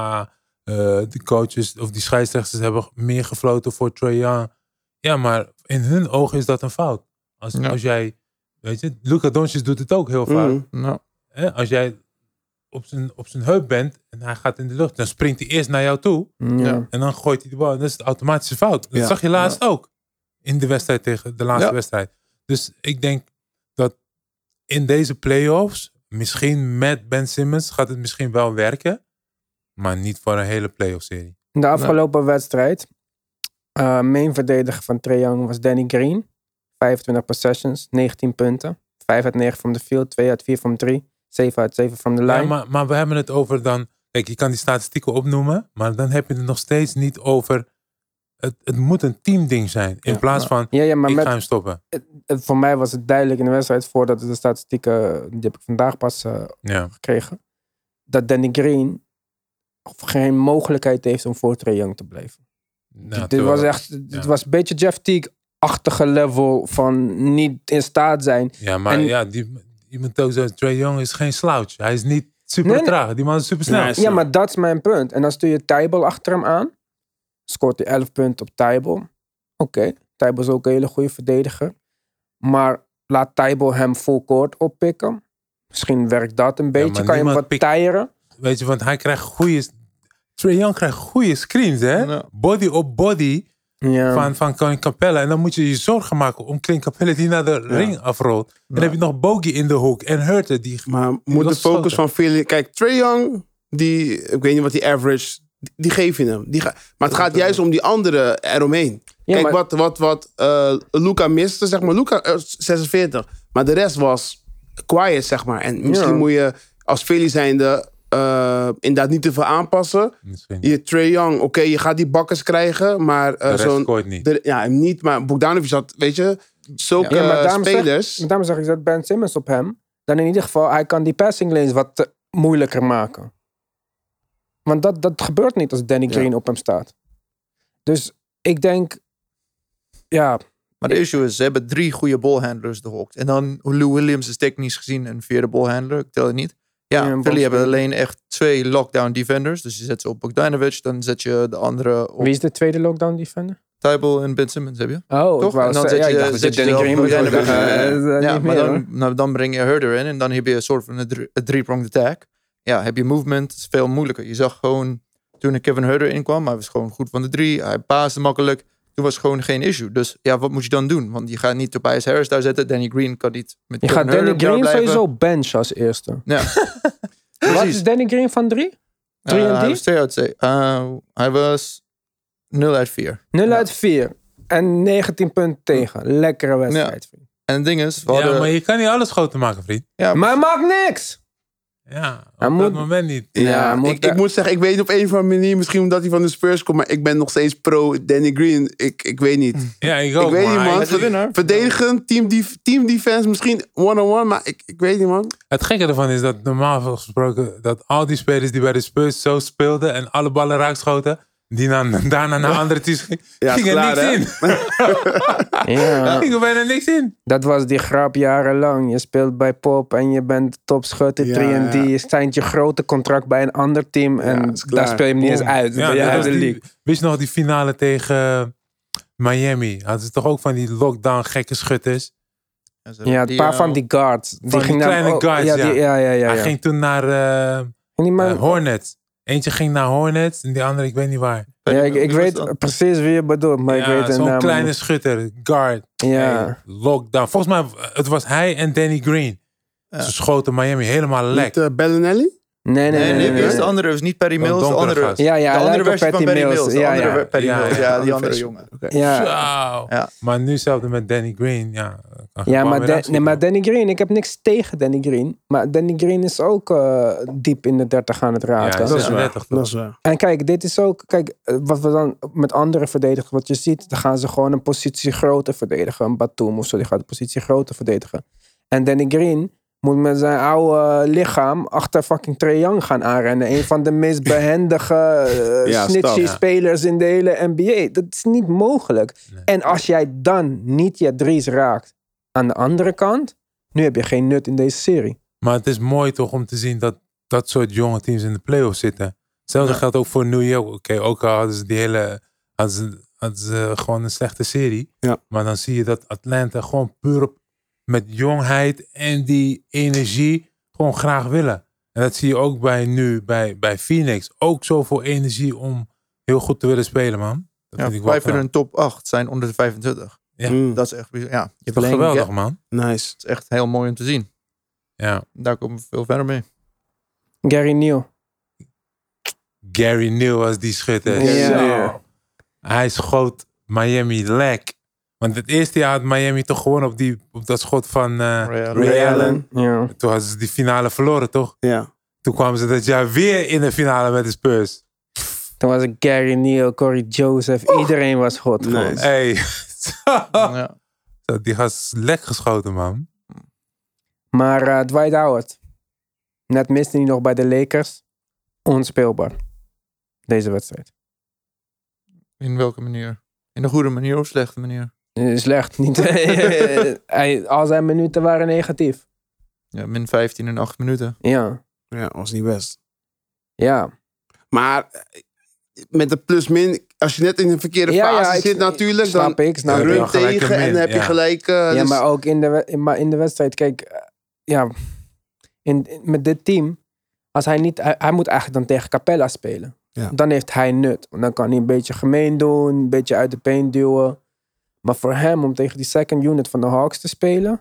B: die coaches of die scheidsrechters hebben meer gefloten voor Trae Young. Ja, maar in hun ogen is dat een fout. Als jij... Weet je, Luka Doncic doet het ook heel vaak. Als jij op zijn heup bent en hij gaat in de lucht, dan springt hij eerst naar jou toe. En dan gooit hij de bal. En dat is de automatische fout. Dat zag je laatst ook. In de wedstrijd tegen de laatste wedstrijd. Dus ik denk dat in deze playoffs, misschien met Ben Simmons, gaat het misschien wel werken. Maar niet voor een hele playoff-serie.
A: De afgelopen wedstrijd, main verdediger van Trae Young was Danny Green. 25 possessions, 19 punten. 5 uit 9 van de field, 2 uit 4 van 3. 7 uit 7 van de lijn.
B: Ja, maar we hebben het over dan... Kijk, je kan die statistieken opnoemen, maar dan heb je het nog steeds niet over... Het moet een teamding zijn. In plaats van, ik ga hem stoppen.
A: Voor mij was het duidelijk in de wedstrijd, voordat de statistieken, die heb ik vandaag pas gekregen, dat Danny Green geen mogelijkheid heeft om voor Trae Young te blijven. Dit was echt, het was een beetje Jeff Teague-achtige level van niet in staat zijn.
B: Ja, maar je moet ook zeggen, Trae Young is geen slouch. Hij is niet super traag. Die man is super snel.
A: Ja, maar dat is mijn punt. En dan stuur je Thybulle achter hem aan. Scoort hij 11 punten op Thybulle. Oké, Thybulle is ook een hele goede verdediger. Maar laat Thybulle hem full court oppikken. Misschien werkt dat een beetje. Kan je hem wat tijeren.
B: Weet je, want hij krijgt goede... Trae Young krijgt goede screens, hè? Ja. Body op body van Clint Capella. En dan moet je je zorgen maken om Clint Capella die naar de ring afrolt. En dan heb je nog Bogey in de hoek. En Hurter die...
C: Maar moet de focus van Philly... Kijk, Trae Young, ik weet niet wat die average die geef je hem. Maar het gaat juist om die andere eromheen.
A: Ja,
C: Kijk, wat Luka miste, zeg maar. Luka 46. Maar de rest was quiet, zeg maar. En misschien moet je als Philly zijnde inderdaad niet te veel aanpassen. Je Trae Young, oké, je gaat die bakkers krijgen, maar
B: de rest gooit niet.
C: Niet, maar Bogdanovic had, weet je, zulke spelers.
A: Daarom zeg ik dat Ben Simmons op hem. Dan in ieder geval, hij kan die passing lanes wat moeilijker maken. Want dat gebeurt niet als Danny Green op hem staat. Dus ik denk, ja.
D: Maar de issue is, ze hebben 3 goede ballhandlers, de Hawks. En dan Lou Williams is technisch gezien een 4e ballhandler. Ik tel het niet. Ja, Philly hebben alleen echt 2 lockdown defenders. Dus je zet ze op Bogdanovic, dan zet je de andere op...
A: Wie is de tweede lockdown defender?
D: Tybal en Ben Simmons heb je.
A: Oh,
D: toch? En dan zet je Danny Green maar dan breng je Herder in en dan heb je een soort van een 3-pronged attack. Ja, heb je movement, is veel moeilijker. Je zag gewoon, toen Kevin Herder inkwam, hij was gewoon goed van de 3, hij paaste makkelijk. Toen was gewoon geen issue. Dus ja, wat moet je dan doen? Want je gaat niet Tobias Harris daar zetten. Danny Green kan niet met
A: je gaat Danny Green sowieso bench als eerste.
D: Ja.
A: Wat is Danny Green van 3? 3 en D?
D: Hij was 2 uit 2. Hij was 0 uit 4.
A: 0 uit 4. En 19 punten tegen. Lekkere wedstrijd.
D: Ja. En het ding is...
B: maar je kan niet alles groter maken, vriend.
A: Ja, maar hij maakt niks.
B: Ja, op dat moment niet.
C: Ik moet zeggen, ik weet op een of andere manier, misschien omdat hij van de Spurs komt, maar ik ben nog steeds pro Danny Green. Ik weet niet.
B: Ja, ik ook.
C: Ik weet niet, man. Verdedigen, team defense, misschien one-on-one, maar ik weet niet, man.
B: Het gekke ervan is dat normaal gesproken, dat al die spelers die bij de Spurs zo speelden en alle ballen raakschoten, die daarna naar andere teams gingen niks in. Gingen bijna niks in.
A: Dat was die grap jarenlang. Je speelt bij Pop en je bent topschutter 3&D. Je signt je grote contract bij een ander team en daar speel je hem niet eens uit.
B: Wist je nog die finale tegen Miami? Hadden ze toch ook van die lockdown gekke schutters?
A: Ja, een paar van die guards.
B: Die kleine guards, Hij ging toen naar Hornets. Eentje ging naar Hornets en die andere, ik weet niet waar.
A: Ja, ik weet precies wie je bedoelt, maar ik weet
B: zo'n naam kleine schutter, guard.
A: Ja.
B: Hey, lockdown. Volgens mij, het was hij en Danny Green. Ze schoten Miami helemaal lek.
C: Niet Bellinelli?
A: Nee.
D: De andere was niet Perry Mills. De andere,
A: de andere versie van Perry Mills.
D: Ja, die andere jongen.
A: Ja.
B: Maar nu zelfde met Danny Green.
A: Maar Danny Green, ik heb niks tegen Danny Green. Maar Danny Green is ook diep in de 30 aan het raken.
B: Ja, dat is waar.
A: En kijk, dit is ook... Kijk, wat we dan met andere verdedigers, wat je ziet, dan gaan ze gewoon een positie groter verdedigen. Een Batum of zo, die gaat een positie groter verdedigen. En Danny Green moet met zijn oude lichaam achter fucking Trae Young gaan aanrennen. Een van de meest behendige snitchy spelers in de hele NBA. Dat is niet mogelijk. Nee. En als jij dan niet je drie's raakt aan de andere kant, nu heb je geen nut in deze serie.
B: Maar het is mooi toch om te zien dat dat soort jonge teams in de playoffs zitten. Hetzelfde geldt ook voor New York. Oké, ook al hadden ze hadden ze gewoon een slechte serie. Ja. Maar dan zie je dat Atlanta gewoon puur op met jongheid en die energie gewoon graag willen. En dat zie je ook bij Phoenix. Ook zoveel energie om heel goed te willen spelen, man. Dat vind ik wel
D: 5 in een top 8 zijn onder de 25.
B: Ja.
D: Dat is echt... Ja, je
B: hebt geweldig, man.
C: Nice.
D: Het is echt heel mooi om te zien.
B: Ja.
D: Daar komen we veel verder mee.
A: Gary
B: Neal was die schutter.
A: Ja.
B: Hij schoot Miami lek. Want het eerste jaar had Miami toch gewoon op dat schot van Ray Allen.
A: Ja.
B: Toen hadden ze die finale verloren, toch?
C: Ja.
B: Toen kwamen ze dat jaar weer in de finale met de Spurs.
A: Toen was het Gary Neal, Corey Joseph. Iedereen was goed.
B: Nice. Hey. Die had lek geschoten, man.
A: Maar Dwight Howard. Net miste hij nog bij de Lakers. Onspeelbaar. Deze wedstrijd.
D: In welke manier? In een goede manier of slechte manier?
A: Slecht. Niet. Al zijn minuten waren negatief.
D: Ja, min 15 in 8 minuten.
A: Ja.
C: Ja, was niet best.
A: Ja.
C: Maar met de plus-min, als je net in een verkeerde fase zit natuurlijk,
A: snap
C: dan
A: ik.
C: run tegen en dan heb je gelijk...
A: ja, maar ook in de wedstrijd, kijk, met dit team, als hij moet eigenlijk dan tegen Capella spelen. Ja. Dan heeft hij nut. Want dan kan hij een beetje gemeen doen, een beetje uit de paint duwen. Maar voor hem, om tegen die second unit van de Hawks te spelen,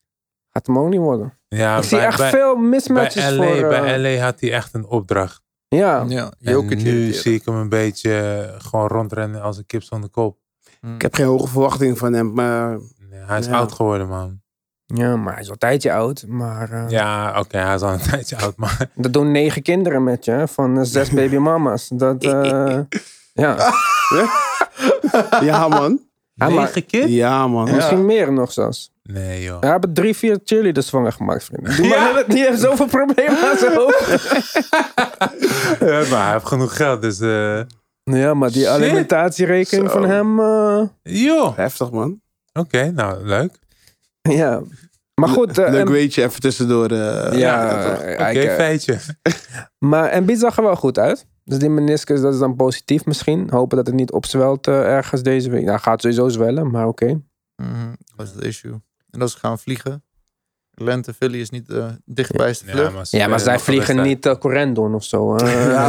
A: gaat hem ook niet worden.
B: Ja,
A: ik zie echt veel mismatches
B: bij LA had hij echt een opdracht.
A: Ja.
B: En nu zie ik hem een beetje gewoon rondrennen als een kip zonder kop.
C: Ik heb geen hoge verwachtingen van hem, maar...
B: Nee, hij is oud geworden, man.
A: Ja, maar hij is al een tijdje oud. Maar,
B: ja, oké, hij is al een tijdje oud, maar...
A: Dat doen 9 kinderen met je, hè, van 6 babymama's. Dat, ja.
C: Ja, man.
B: 9 kids?
C: Ja, man.
A: Misschien meer nog zelfs.
B: Nee, joh.
A: We hebben 3-4 cheerleaders zwanger gemaakt, vrienden. Die heeft zoveel problemen aan zijn hoofd.
B: Ja, maar hij heeft genoeg geld, dus...
A: Ja, maar die alimentatierekening van hem...
B: Joh.
C: Heftig, man.
B: Oké, nou, leuk.
A: Ja. Maar goed...
C: leuk weetje, even tussendoor.
B: Oké, feitje.
A: Maar Embiid zag er wel goed uit. Dus die meniscus, dat is dan positief misschien. Hopen dat het niet opzwelt ergens deze week. Nou, gaat sowieso zwellen, maar oké.
D: Dat is het issue. En als ze gaan vliegen. Atlanta, Philly is niet dichtbij is de vlucht.
A: Ja, maar zij vliegen niet Corendon of zo.
D: Ja,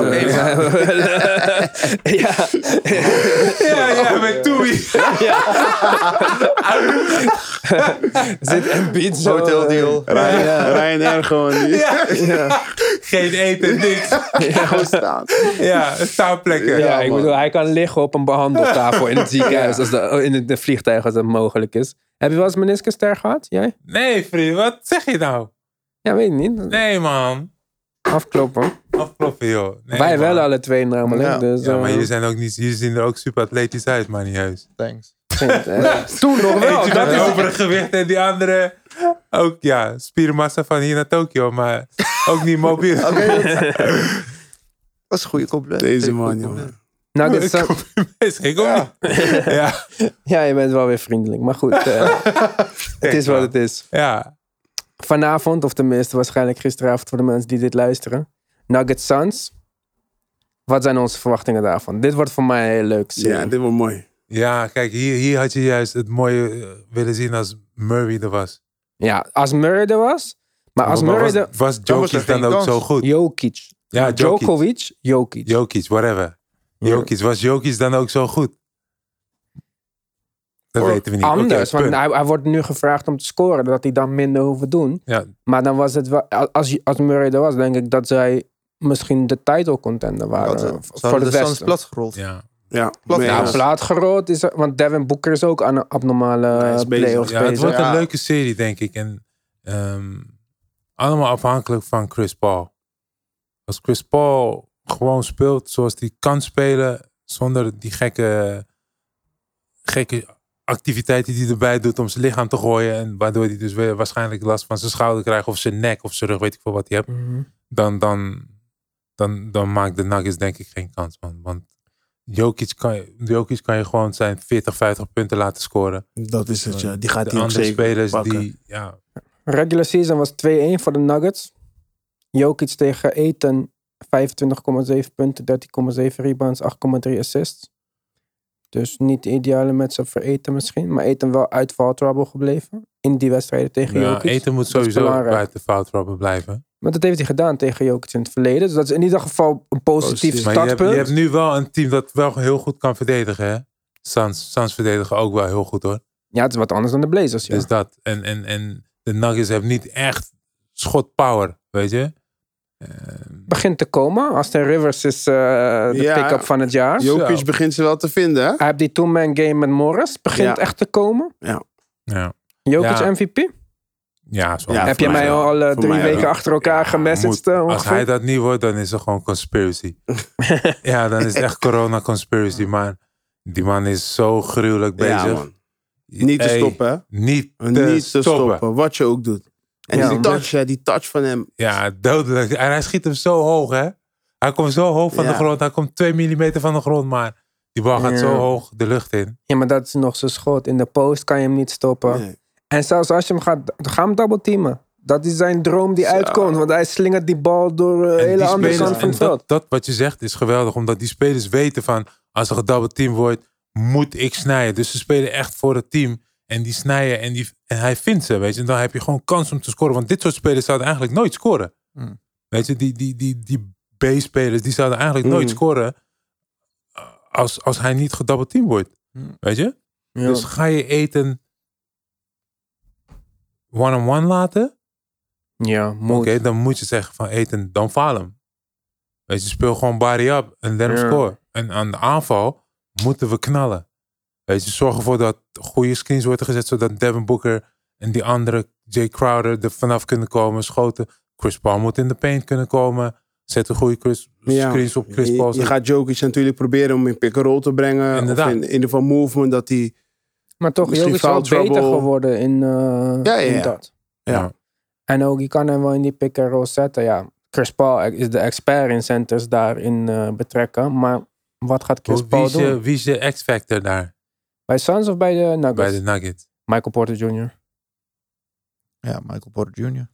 B: met Toei.
A: Zit Embiid zo...
D: Hotel deal.
C: Ryanair gewoon niet.
B: Geen eten, niks.
C: Gewoon staan.
B: Ja, staanplekken.
A: Ja, ik bedoel, hij kan liggen op een behandeltafel in het ziekenhuis. In het vliegtuig als dat mogelijk is. Heb je wel eens meniscus-ster gehad? Jij?
B: Nee, vriend, wat zeg je nou?
A: Ja, weet ik niet.
B: Nee, man.
A: Afkloppen.
B: Afkloppen, joh. Nee,
A: Wij
B: man.
A: wel alle twee namelijk.
D: Ja.
A: Dus,
B: Ja, maar jullie zien er ook super atletisch uit, man, niet heus.
D: Thanks.
A: Toen nog wel.
B: Eentje
A: Dat
B: met
A: is...
B: overig gewicht en die andere ook, ja, spiermassa van hier naar Tokio, maar ook niet mobiel.
D: Dat is een goede compliment.
C: Deze man, jongen.
A: Nou, dit is...
B: Ik ook niet. Ja.
A: Ja, je bent wel weer vriendelijk. Maar goed, het is wat het is.
B: Ja.
A: Vanavond, of tenminste waarschijnlijk gisteravond voor de mensen die dit luisteren. Nuggets Suns. Wat zijn onze verwachtingen daarvan? Dit wordt voor mij een heel leuk serie.
C: Ja, dit wordt mooi.
B: Ja, kijk, hier had je juist het mooie willen zien als Murray er was.
A: Ja, als Murray er was. Maar als Murray er...
B: Was Jokic dan ook zo goed?
A: Jokic.
B: Ja,
A: Djokovic, Jokic.
B: Jokic, whatever. Jokic, was Jokic dan ook zo goed? Dat weten we niet.
A: Anders,
B: Okay,
A: want hij wordt nu gevraagd om te scoren. Dat hij dan minder hoeft doen.
B: Ja.
A: Maar dan was het wel... Als Murray er was, denk ik dat zij misschien de title contender waren. Voor de Westen.
D: Platgerold.
B: Ja.
C: Ja,
A: Nou, plaatgerold is er, want Devin Booker is ook aan een abnormale playoffs bezig.
B: Het wordt een leuke serie, denk ik. En allemaal afhankelijk van Chris Paul. Als Chris Paul gewoon speelt zoals hij kan spelen, zonder die gekke activiteiten die hij erbij doet om zijn lichaam te gooien, en waardoor hij dus weer waarschijnlijk last van zijn schouder krijgt of zijn nek of zijn rug, weet ik veel wat hij heeft, dan maakt de Nuggets denk ik geen kans, man. Want Jokic kan je gewoon zijn 40, 50 punten laten scoren.
C: Dat is het, ja. Die gaat
B: de andere spelers
C: pakken.
B: die, ja.
A: Regular season was 2-1 voor de Nuggets. Jokic tegen Ayton 25,7 punten, 13,7 rebounds, 8,3 assists. Dus niet de ideale matchup voor Ayton misschien. Maar Ayton wel uit foul trouble gebleven. In die wedstrijden tegen Jokic.
B: Ayton moet sowieso buiten foul trouble blijven.
A: Maar dat heeft hij gedaan tegen Jokic in het verleden. Dus dat is in ieder geval een positief startpunt.
B: Maar je hebt nu wel een team dat wel heel goed kan verdedigen. Hè? Suns verdedigen ook wel heel goed, hoor.
A: Ja, het is wat anders dan de Blazers. Ja.
B: Dus dat. En de Nuggets hebben niet echt schot power, weet je.
A: Begint te komen. Austin Rivers is de pick-up van het jaar.
C: Jokic begint ze wel te vinden, hè?
A: Hij heeft die two-man game met Morris. Begint echt te komen.
C: Ja.
A: Jokic MVP?
B: Ja, zo.
A: Heb je mij al 3 weken achter elkaar gemessaged?
B: Als hij dat niet wordt, dan is het gewoon conspiracy. Ja, dan is het echt corona conspiracy. Maar die man is zo gruwelijk bezig.
C: Ja, man. Niet te stoppen, hè?
B: Niet te stoppen.
C: Wat je ook doet. En die touch van hem.
B: Ja, dodelijk. En hij schiet hem zo hoog, hè? Hij komt zo hoog van de grond. Hij komt 2 millimeter van de grond, maar die bal gaat zo hoog de lucht in.
A: Ja, maar dat is nog zijn schot. In de post kan je hem niet stoppen. Nee. En zelfs als je hem gaat, ga hem double teamen. Dat is zijn droom die uitkomt. Want hij slingert die bal door de hele andere kant van het veld.
B: Dat wat je zegt is geweldig. Omdat die spelers weten van, als er gedouble team wordt, moet ik snijden. Dus ze spelen echt voor het team. En die snijden en hij vindt ze, weet je. En dan heb je gewoon kans om te scoren. Want dit soort spelers zouden eigenlijk nooit scoren. Weet je, die B-spelers, die zouden eigenlijk nooit scoren als hij niet gedouble team wordt. Weet je? Ja. Dus ga je eten one-on-one laten?
A: Ja,
B: Oké, dan moet je zeggen van eten, dan faal hem. Weet je, speel gewoon body up en let hem score. En aan de aanval moeten we knallen. Weet je, zorg ervoor dat goede screens worden gezet, zodat Devin Booker en die andere Jay Crowder er vanaf kunnen komen, schoten. Chris Paul moet in de paint kunnen komen. Zet een goede screens op Chris Paul.
C: Je gaat Jokic natuurlijk proberen om in pick-and-roll te brengen.
B: Inderdaad.
C: Of in ieder geval movement, dat hij...
A: Maar toch, Jokic is wel beter geworden in dat.
C: Ja.
A: En ook, je kan hem wel in die pick-and-roll zetten. Ja, Chris Paul is de expert in centers daarin betrekken. Maar wat gaat Chris Paul doen?
B: Wie is de X-factor daar?
A: Bij Suns of bij de Nuggets?
B: Bij de Nuggets.
A: Michael Porter Jr.
D: Ja, Michael Porter Jr.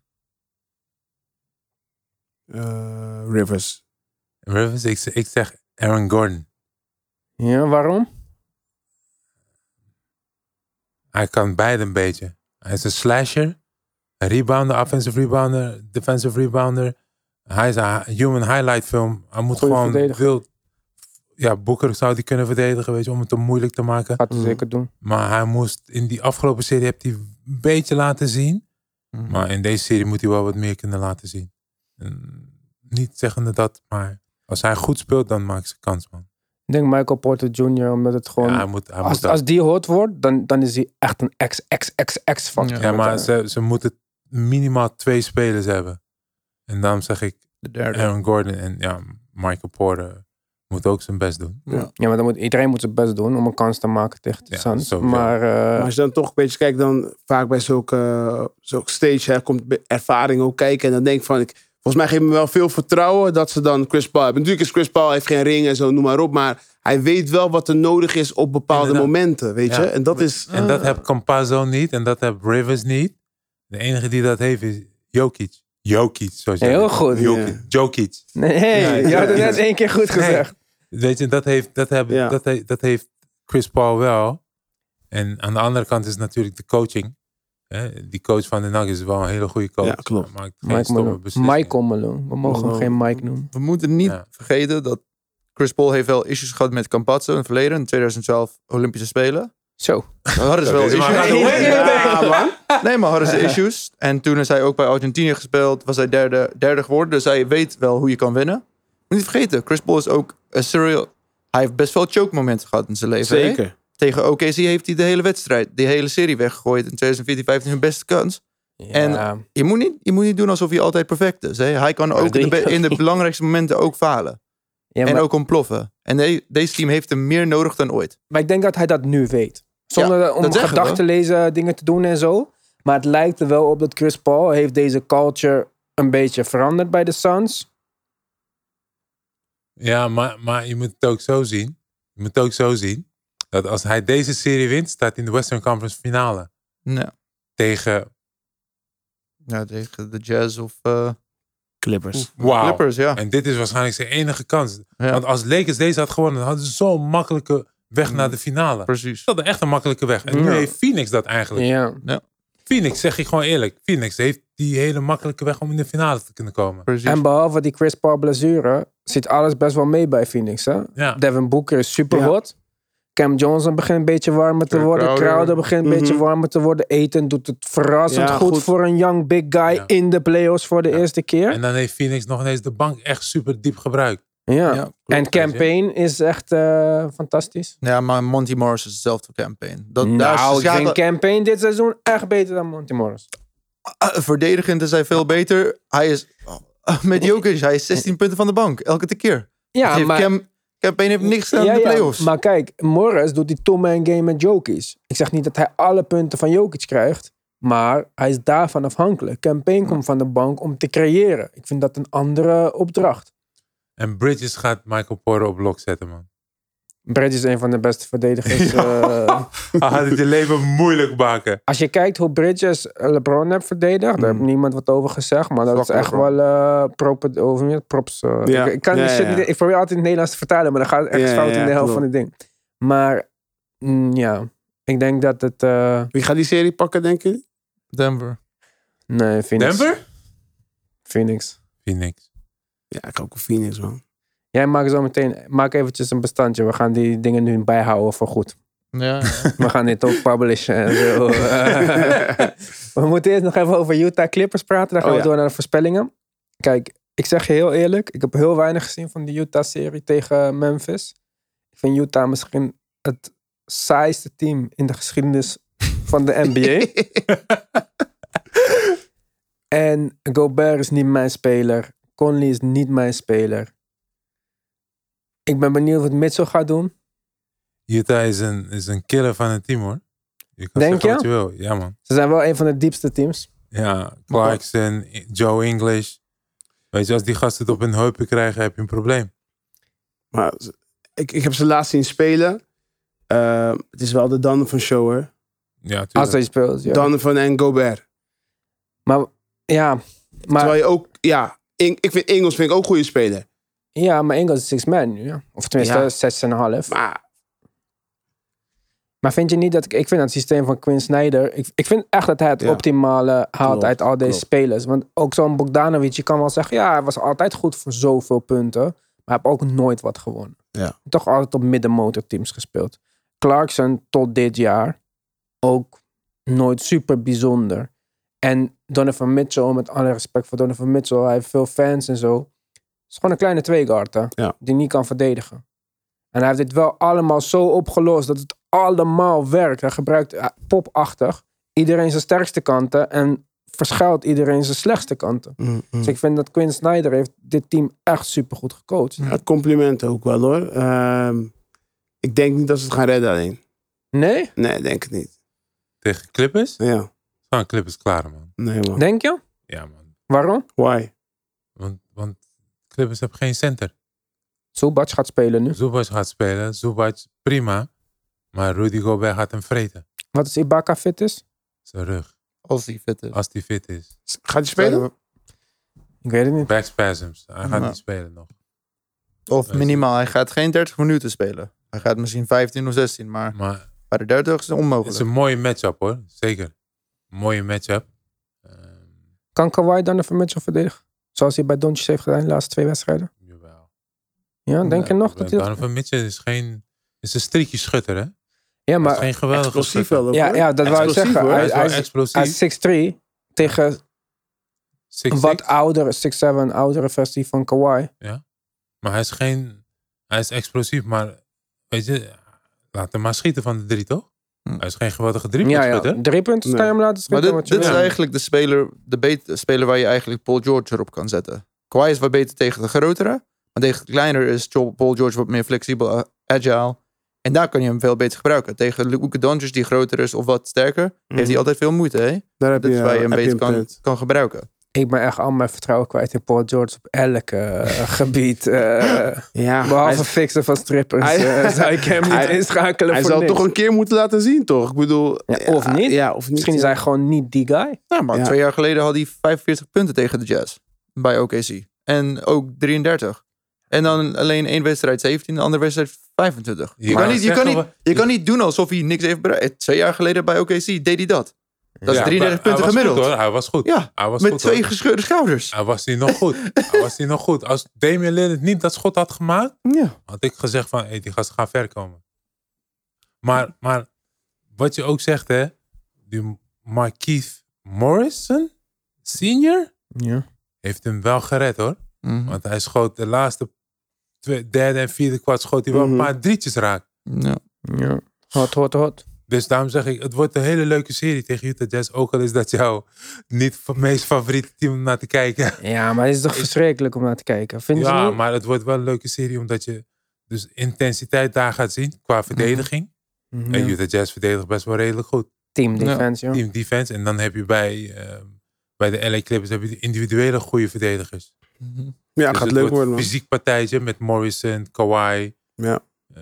C: Rivers.
B: Ik zeg Aaron Gordon.
A: Ja, waarom?
B: Hij kan beide een beetje. Hij is een slasher, een rebounder, offensive rebounder, defensive rebounder. Hij is een human highlight film. Hij moet
A: Goeie
B: gewoon
A: verdediger.
B: wild. Ja, Booker zou die kunnen verdedigen, weet je, om het te moeilijk te maken.
A: Gaat hij zeker doen.
B: Maar hij moest in die afgelopen serie heeft hij een beetje laten zien. Maar in deze serie moet hij wel wat meer kunnen laten zien. En niet zeggende dat, maar als hij goed speelt, dan maakt ze kans, man.
A: Ik denk Michael Porter Jr. omdat het gewoon...
B: Ja,
A: als die hot wordt, dan is hij echt een X-factor.
B: Ja, maar ze moeten minimaal 2 spelers hebben. En daarom zeg ik
D: De derde.
B: Aaron Gordon en Michael Porter moet ook zijn best doen.
A: Ja, maar iedereen moet zijn best doen om een kans te maken tegen de Suns.
B: sowieso.
A: Maar
C: als je dan toch een beetje kijkt, dan vaak bij zulke stage komt ervaring ook kijken. En dan denk ik van, volgens mij geeft me wel veel vertrouwen dat ze dan Chris Paul hebben. Natuurlijk is Chris Paul, heeft geen ring en zo, noem maar op. Maar hij weet wel wat er nodig is op bepaalde momenten, weet je. En dat is...
B: En dat heb Campazzo niet en dat heb Rivers niet. De enige die dat heeft is Jokic. Jokic, zoals je
A: heel
B: zegt.
A: goed.
B: Jokic.
A: Nee, je had het net 1 keer goed gezegd.
B: Weet je, dat heeft Chris Paul wel. En aan de andere kant is natuurlijk de coaching. Die coach van de Nuggets is wel een hele goede coach.
C: Ja, klopt.
B: Hij maakt geen stomme beslissingen.
A: Michael Malone. We mogen hem geen Mike noemen.
D: We moeten niet vergeten dat Chris Paul heeft wel issues gehad met Campazzo in het verleden. In 2012 Olympische Spelen.
A: Zo.
D: Hadden ze wel issues. Nee, maar hadden ze issues. En toen is hij ook bij Argentinië gespeeld. Was hij derde geworden. Dus hij weet wel hoe je kan winnen. Moet niet vergeten, Chris Paul is ook een serial... Hij heeft best wel choke momenten gehad in zijn leven.
C: Zeker.
D: Hè? Tegen OKC heeft hij de hele wedstrijd, die hele serie weggegooid. In 2014-15 hun beste kans.
A: Ja.
D: En je moet niet doen alsof hij altijd perfect is. Hè? Hij kan ook in de belangrijkste momenten ook falen.
A: Ja,
D: en ook ontploffen. En deze team heeft hem meer nodig dan ooit.
A: Maar ik denk dat hij dat nu weet. Zonder om gedachten te lezen, dingen te doen en zo. Maar het lijkt er wel op dat Chris Paul heeft deze culture een beetje veranderd bij de Suns.
B: Ja, maar je moet het ook zo zien. Je moet ook zo zien dat als hij deze serie wint, staat hij in de Western Conference finale.
D: Ja.
B: Tegen
D: de Jazz of
C: Clippers.
B: Wow.
D: Clippers, ja.
B: En dit is waarschijnlijk zijn enige kans.
D: Ja.
B: Want als Lakers deze had gewonnen, dan hadden ze zo'n makkelijke weg naar de finale.
D: Precies.
B: Ze hadden echt een makkelijke weg. En nu heeft Phoenix dat eigenlijk.
A: Ja.
B: Phoenix, zeg ik gewoon eerlijk. Phoenix heeft die hele makkelijke weg om in de finale te kunnen komen.
D: Precies.
A: En behalve die Chris Paul blessure zit alles best wel mee bij Phoenix. Hè?
B: Ja.
A: Devin Booker is super hot. Cam Johnson begint een beetje warmer te worden. Crowder begint een beetje warmer te worden. Aiton doet het verrassend goed voor een young big guy in de playoffs voor de eerste keer.
B: En dan heeft Phoenix nog ineens de bank echt super diep gebruikt.
A: Ja. En Campaign is echt fantastisch.
D: Ja, maar Monty Morris is hetzelfde campaign.
A: Ik vind Campaign dit seizoen echt beter dan Monty Morris.
D: Verdedigend is hij veel beter. Hij is met Jokic, hij is 16 punten van de bank. Elke keer.
A: Ja, maar...
D: Campaign heeft niks gedaan in de playoffs.
A: Maar kijk, Morris doet die two-man game met Jokic. Ik zeg niet dat hij alle punten van Jokic krijgt. Maar hij is daarvan afhankelijk. Campaign komt van de bank om te creëren. Ik vind dat een andere opdracht.
B: En Bridges gaat Michael Porter op blok zetten, man.
A: Bridges is een van de beste verdedigers.
B: Hij gaat het je leven moeilijk maken.
A: Als je kijkt hoe Bridges LeBron heeft verdedigd, daar heeft niemand wat over gezegd. Maar dat is echt wel props. Ik probeer altijd in het Nederlands te vertalen, maar dan gaat het echt fout in de helft van het ding. Maar ik denk dat het...
C: Wie gaat die serie pakken, denk je?
D: Denver.
A: Nee, Phoenix.
B: Denver?
A: Phoenix.
C: Ja, ik ga ook een Phoenix, man.
A: Jij maak eventjes een bestandje. We gaan die dingen nu bijhouden voor goed.
D: Ja.
A: We gaan dit ook publishen en zo. We moeten eerst nog even over Utah Clippers praten. Dan gaan we door naar de voorspellingen. Kijk, Ik zeg je heel eerlijk, ik heb heel weinig gezien van de Utah-serie tegen Memphis. Ik vind Utah misschien het saaiste team in de geschiedenis van de NBA. En Gobert is niet mijn speler. Conley is niet mijn speler. Ik ben benieuwd wat Mitchell gaat doen.
B: Utah is een killer van het team, hoor. Je kan
A: Denk
B: zeggen
A: je?
B: wat je wil. Ja, man.
A: Ze zijn wel een van de diepste teams.
B: Ja, Clarkson, Joe English. Weet je, als die gasten het op hun heupen krijgen, heb je een probleem.
C: Maar ik heb ze laatst zien spelen. Het is wel de Donovan show, hoor.
B: Ja, tuurlijk.
A: Als hij speelt, ja.
C: Donovan en Gobert.
A: Maar
C: Terwijl je ook... Ja, ik vind Ingles ook een goede speler.
A: Ja, maar Ingles is 6 man nu. Ja. Of tenminste 6,5. Maar vind je niet dat... Ik vind het systeem van Quinn Snyder... Ik vind echt dat hij het optimale haalt uit al deze spelers. Want ook zo'n Bogdanovic, je kan wel zeggen... Ja, hij was altijd goed voor zoveel punten. Maar hij heeft ook nooit wat gewonnen.
C: Ja.
A: Toch altijd op middenmotorteams gespeeld. Clarkson tot dit jaar ook nooit super bijzonder. En Donovan Mitchell, met alle respect voor Donovan Mitchell... Hij heeft veel fans en zo. Het is gewoon een kleine tweeguard, hè, die niet kan verdedigen. En hij heeft dit wel allemaal zo opgelost dat het allemaal werkt. Hij gebruikt popachtig iedereen zijn sterkste kanten en verschuilt iedereen zijn slechtste kanten. Dus ik vind dat Quinn Snyder heeft dit team echt supergoed gecoacht.
C: Ja, complimenten ook wel, hoor. Ik denk niet dat ze het gaan redden alleen.
A: Nee?
C: Nee, denk het niet.
B: Tegen Clippers?
C: Ja.
B: Gaan Clippers klaar, man.
C: Nee, man.
A: Denk je?
B: Ja, man.
A: Waarom?
C: Why?
B: Want Clippers hebben geen center.
A: Zubac gaat spelen nu.
B: Zubac gaat spelen. Zubac, prima. Maar Rudy Gobert gaat hem vreten.
A: Wat is Ibaka fit is?
B: Zijn rug.
D: Als hij fit is.
B: Als die fit is.
C: Gaat hij spelen?
A: Ik weet het niet.
B: Backspasms. Hij gaat niet spelen nog.
D: Of minimaal. Hij gaat geen 30 minuten spelen. Hij gaat misschien 15 of 16. Maar bij de 30 is het onmogelijk.
B: Het is een mooie matchup, hoor. Zeker. Een mooie matchup.
A: Kan Kawhi dan even Mitchell verdedigen? Zoals hij bij Doncic heeft gedaan de laatste 2 wedstrijden.
B: Jawel.
A: Ja, denk je nog dat hij dat...
B: Donovan Mitchell is een streekje schutter, hè?
A: Ja, maar...
B: Geen geweldige
C: explosief
B: schutter.
C: wel.
A: Ja, dat wou ik zeggen.
B: Hij is wel explosief.
A: Hij is 6'3 tegen
B: 6'6.
A: een wat oudere, 6'7 oudere versie van Kawhi.
B: Ja. Maar hij is explosief, maar weet je, laat hem maar schieten van de 3, toch? Hij is geen geweldige driepuntschutter.
A: Ja, 3 punten kan je hem laten schieten.
D: Maar dit is eigenlijk de speler waar je eigenlijk Paul George erop kan zetten. Kawhi is wat beter tegen de grotere. Maar tegen de kleinere is Paul George wat meer flexibel, agile. En daar kan je hem veel beter gebruiken. Tegen Luka Doncic die groter is of wat sterker, heeft hij altijd veel moeite. Hè?
C: Dat
D: is waar je hem beter kan gebruiken.
A: Ik ben echt al mijn vertrouwen kwijt in Paul George op elke gebied. Behalve fixen van strippers. Zou ik hem niet inschakelen
C: hij
A: voor
C: zou
A: niks.
C: toch een keer moeten laten zien, toch? Ik bedoel...
A: Of niet.
C: Ja, of niet.
A: Misschien is hij gewoon niet die guy.
D: Ja, maar 2 jaar geleden had hij 45 punten tegen de Jazz. Bij OKC. En ook 33. En dan alleen 1 wedstrijd 17, de andere wedstrijd 25. Je kan niet doen alsof hij niks heeft bereikt. 2 jaar geleden bij OKC deed hij dat. Dat is 33 punten gemiddeld.
B: Goed, hoor. Hij was goed.
D: Ja,
B: hij was
D: met
B: goed,
D: 2 gescheurde schouders.
B: Hij was niet nog goed. Als Damian Lillard niet dat schot had gemaakt, had ik gezegd van, die gasten gaan ver komen. Maar wat je ook zegt, hè, die Markieff Morrison senior heeft hem wel gered, hoor. Want hij schoot de laatste 3e en 4e kwart schoot hij wel een paar drietjes raak.
A: Ja. Hot.
B: Dus daarom zeg ik, het wordt een hele leuke serie tegen Utah Jazz. Ook al is dat jouw meest favoriete team om naar te kijken.
A: Ja, maar het is toch verschrikkelijk om naar te kijken. Vind je niet?
B: Maar het wordt wel een leuke serie. Omdat je dus intensiteit daar gaat zien qua verdediging. En Utah Jazz verdedigt best wel redelijk goed.
A: Team defense, ja.
B: Team defense. En dan heb je bij de LA Clippers heb je de individuele goede verdedigers.
C: Ja,
B: dus
C: gaat leuk worden, man.
B: Een fysiek partijtje met Morrison, Kawhi.
C: Ja.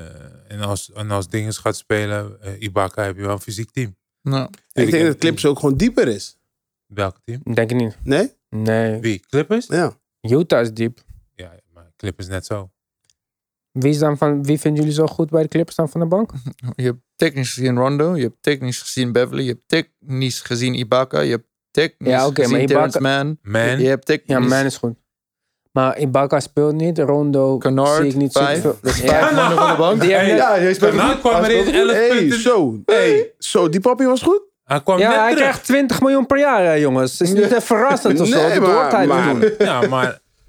B: En als Dinges gaat spelen, Ibaka, heb je wel een fysiek team.
C: Ik denk dat Clippers ook gewoon dieper is.
B: Welk team?
A: Denk ik niet.
C: Nee?
A: Nee.
B: Wie? Clippers?
C: Ja.
A: Utah is diep.
B: Ja, maar Clippers net zo.
A: Wie vinden jullie zo goed bij de Clippers dan van de bank?
D: Je hebt technisch gezien Rondo. Je hebt technisch gezien Beverly. Je hebt technisch gezien Ibaka. Je hebt technisch gezien Terrence Mann. Je hebt technisch...
A: Ja, Man is goed. Maar Ibaka speelt niet. Rondo
D: Kennard,
A: zie ik niet
D: 5.
A: zoveel.
D: Dat is 5 mannen van de bank.
C: Hij speelt
B: Kennard
C: goed.
B: kwam erin 11 punten.
C: Zo, die papi was goed.
B: Hij kwam net
A: hij
B: terug.
A: krijgt 20 miljoen per jaar, jongens. Het is niet verrassend of zo. Dat hoort hij te doen.
B: Ja, maar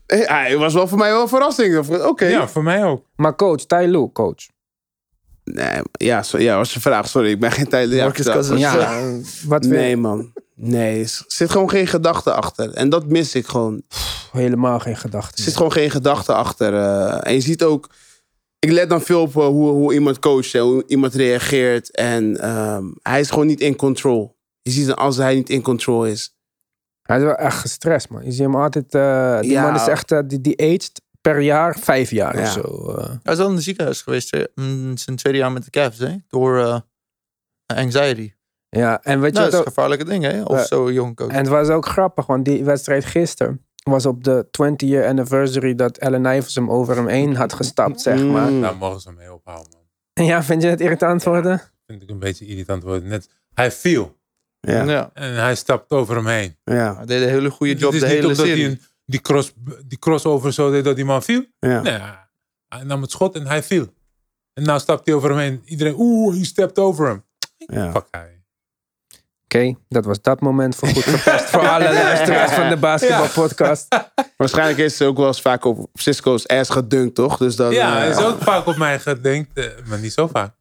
C: Hij was wel voor mij wel een verrassing. Oké.
B: Ja, voor mij ook.
A: Maar coach, Ty Lue, coach.
C: Nee, was je vraag. Sorry, ik ben geen tijd.
D: Marcus Cousins.
A: Ja, wat
C: Nee, man. Nee, er zit gewoon geen gedachte achter. En dat mis ik gewoon.
A: Helemaal geen gedachte.
C: Er zit gewoon geen gedachte achter. En je ziet ook... Ik let dan veel op hoe iemand coacht. Hoe iemand reageert. En hij is gewoon niet in control. Je ziet dan als hij niet in control is.
A: Hij is wel echt gestrest, man. Je ziet hem altijd... die man is echt... die aged per jaar 5 jaar of zo.
D: Hij is al in het ziekenhuis geweest. Zijn tweede jaar met de Cavs, hè? Door anxiety.
A: Ja, en weet je
D: Dat is
A: wat
D: een gevaarlijke ding, hè? Of zo jong coach.
A: En het was ook grappig, want die wedstrijd gisteren was op de 20-year anniversary dat Allen Iverson over hem heen had gestapt, zeg maar.
B: Daar mogen ze mee ophouden, man.
A: Ja, vind je het irritant worden?
B: Vind ik een beetje irritant worden. Net, hij viel.
C: Ja.
B: En hij stapt over hem heen.
C: Ja.
D: Hij deed een hele goede job
B: Het
D: de
B: is niet
D: hele
B: omdat
D: serie.
B: hij die crossover zo deed dat die man viel.
C: Ja.
B: Nee, hij nam het schot en hij viel. En nou stapt hij over hem heen. Iedereen, he stepped over hem.
C: Ja.
B: Fuck hij.
A: Oké, dat was dat moment voor goed verpest voor alle luisteraars van de basketbalpodcast.
C: Waarschijnlijk is ze ook wel eens vaak op Cisco's ass gedunkt, toch? Dus dan,
B: Ja, hij is ook vaak op mij gedenkt. Maar niet zo vaak.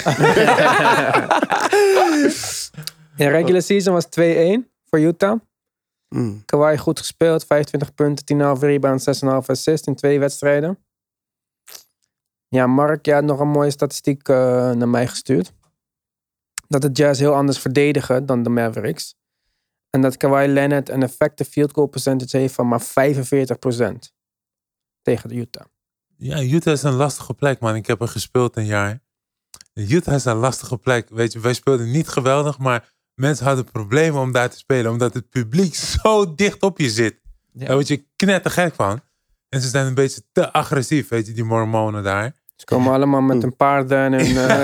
A: In regular season was 2-1 voor Utah. Kawhi goed gespeeld, 25 punten, 10,5 rebounds, 6,5 assists in 2 wedstrijden. Ja, Mark, had nog een mooie statistiek naar mij gestuurd. Dat de Jazz heel anders verdedigen dan de Mavericks. En dat Kawhi Leonard een effective field goal percentage heeft van maar 45% tegen de Utah.
B: Ja, Utah is een lastige plek, man. Ik heb er gespeeld een jaar. Utah is een lastige plek. Weet je, wij speelden niet geweldig, maar mensen hadden problemen om daar te spelen. Omdat het publiek zo dicht op je zit.
D: Ja.
B: Daar word je knettergek van. En ze zijn een beetje te agressief, weet je, die mormonen daar.
A: Ze komen allemaal met een paarden en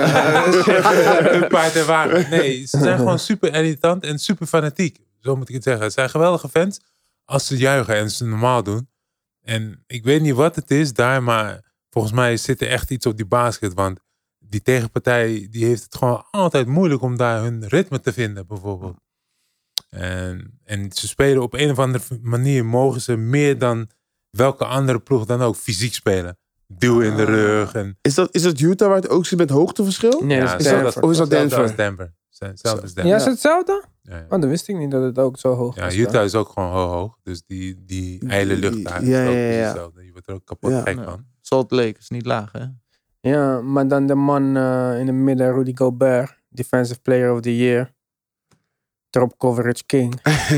B: Een paard en wagen. Nee, ze zijn gewoon super irritant en super fanatiek. Zo moet ik het zeggen. Het zijn geweldige fans als ze juichen en ze normaal doen. En ik weet niet wat het is daar, maar volgens mij zit er echt iets op die basket. Want die tegenpartij die heeft het gewoon altijd moeilijk om daar hun ritme te vinden, bijvoorbeeld. En ze spelen op een of andere manier, mogen ze meer dan welke andere ploeg dan ook fysiek spelen. Duw in de rug. En,
C: Is dat Utah waar het ook zit met hoogteverschil?
A: Nee,
B: ja,
A: dat is
B: hetzelfde
A: Denver.
C: Of is dat
B: hetzelfde
C: Denver?
B: als Denver. Hetzelfde als Denver.
A: Ja, is het hetzelfde?
B: Ja, ja.
A: Oh, dat wist ik niet dat het ook zo hoog
B: Ja,
A: was.
B: Utah is ook gewoon hoog. Dus die ijle lucht daar
C: Ja,
B: is ook
C: ja, ja.
B: hetzelfde. Je wordt er ook kapot
C: Ja.
B: gek
D: Ja.
B: van.
D: Salt Lake is niet laag, hè?
A: Ja, maar dan de man in het midden, Rudy Gobert, Defensive Player of the Year. Drop Coverage King.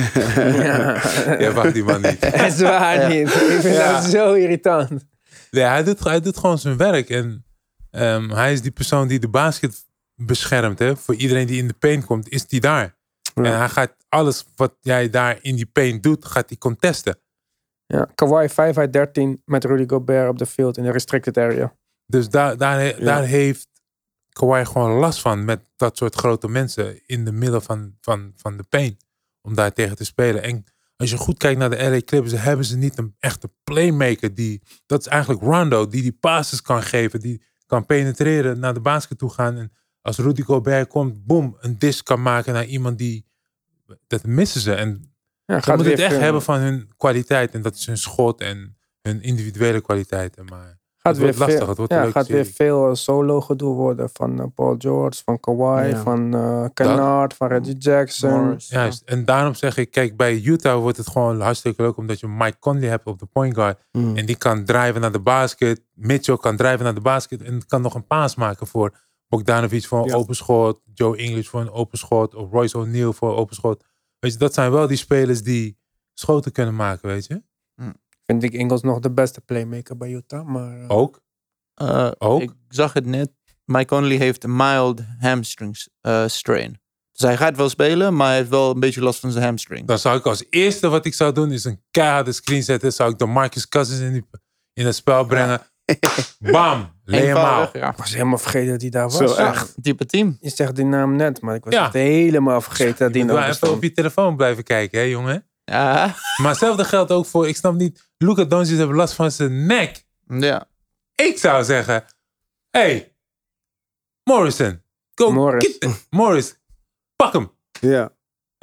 A: Ja.
B: Jij mag die man niet.
A: Dat is waar niet. Ik vind
B: Ja.
A: dat zo irritant.
B: Nee, hij doet gewoon zijn werk. En hij is die persoon die de basket beschermt. Hè? Voor iedereen die in de paint komt, is die daar.
C: Ja.
B: En hij gaat alles wat jij daar in die paint doet, gaat hij contesten.
A: Ja, Kawhi 5 uit 13 met Rudy Gobert op de field in de restricted area.
B: Dus daar heeft Kawhi gewoon last van met dat soort grote mensen in de middel van de paint. Om daar tegen te spelen. En als je goed kijkt naar de LA Clippers, hebben ze niet een echte playmaker. Dat is eigenlijk Rondo, die passes kan geven. Die kan penetreren, naar de basket toe gaan. En als Rudy Gobert komt, boom, een dish kan maken naar iemand die... Dat missen ze. En
A: Ja,
B: ze moeten het echt
A: veel-
B: hebben van hun kwaliteit. En dat is hun schot en hun individuele kwaliteiten. Maar het wordt lastig. Het wordt een leuke
A: gaat weer
B: serie.
A: veel solo gedoe worden van Paul George, van Kawhi,
C: Ja.
A: van Kennard, van Reggie Jackson.
D: Morris.
B: Juist. En daarom zeg ik, kijk, bij Utah wordt het gewoon hartstikke leuk. Omdat je Mike Conley hebt op de point guard. En die kan drijven naar de basket. Mitchell kan drijven naar de basket. En kan nog een paas maken voor Bogdanovic voor een open schot. Joe Ingles voor een open schot. Of Royce O'Neal voor een open schot. Weet je, dat zijn wel die spelers die schoten kunnen maken, weet je.
A: Vind ik Ingles nog de beste playmaker bij Utah. Maar,
B: Ook. Ook?
D: Ik zag het net. Mike Conley heeft een mild hamstring strain. Dus hij gaat wel spelen, maar hij heeft wel een beetje last van zijn hamstring.
B: Dan zou ik als eerste wat ik zou doen is een keiharde screen zetten. Zou ik de Marcus Cousins in het spel brengen. Bam! Lay hem
D: Eenvoudig,
B: out.
D: ja.
A: ik was helemaal vergeten dat hij daar was.
C: Zo
A: Ja.
C: echt.
D: Type team.
A: Je zegt die naam net, maar ik was
B: Ja.
A: echt helemaal vergeten dat die
B: Je moet
A: naam
B: wel even
A: bestond.
B: op je telefoon blijven kijken, hè jongen.
D: Ja.
B: Maar hetzelfde geldt ook voor, ik snap niet, Luka Doncic heeft last van zijn nek.
D: Ja.
B: Ik zou zeggen, hey, Morrison, go
A: Morris.
B: get Morris, pak hem.
C: Ja.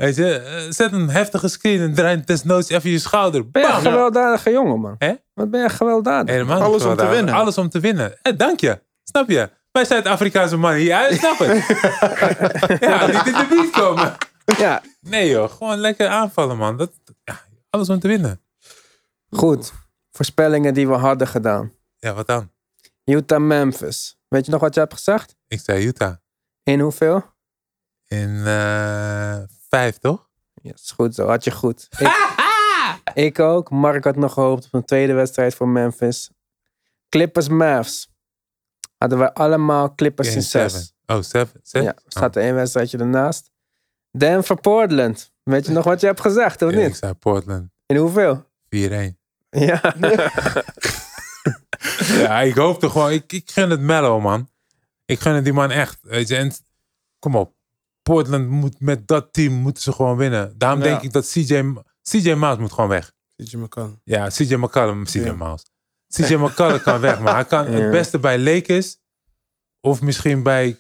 B: Weet je, zet een heftige screen en draai desnoods even je schouder.
A: Ben je
B: Bam!
A: een gewelddadige jongen, man?
B: Hè?
A: Wat ben je gewelddadig?
B: Helemaal niet
D: Alles om te
B: gewelddadig.
D: winnen.
B: Alles om te winnen. Dank je. Snap je? Wij Zuid-Afrikaanse mannen hier. Ja, snap het. Ja, niet in de buurt komen.
A: Ja,
B: Nee joh, gewoon lekker aanvallen man. Alles om te winnen.
A: goed. Voorspellingen die we hadden gedaan.
B: Ja, wat dan?
A: Utah, Memphis. Weet je nog wat je hebt gezegd?
B: Ik zei Utah.
A: In hoeveel?
B: In 5 toch?
A: Ja, is goed zo. Had je goed. Ik ook. Mark had nog gehoopt op een tweede wedstrijd voor Memphis. Clippers, Mavs. Hadden we allemaal Clippers in 6.
B: Oh, 7?
A: Ja, staat er één wedstrijdje ernaast. Denver, Portland. Weet je nog wat je hebt gezegd, of
B: Ja, ik
A: niet?
B: zei Portland.
A: In hoeveel?
B: 4-1.
A: Ja.
B: Ja, ik hoop toch gewoon. Ik gun het Mello, man. Ik gun het die man echt. Weet je, en kom op. Portland moet met dat team moeten ze gewoon winnen. Daarom denk ik dat CJ Miles moet gewoon weg.
C: CJ McCollum.
B: Ja, CJ McCollum kan weg, maar hij kan het beste bij Lakers. Of misschien bij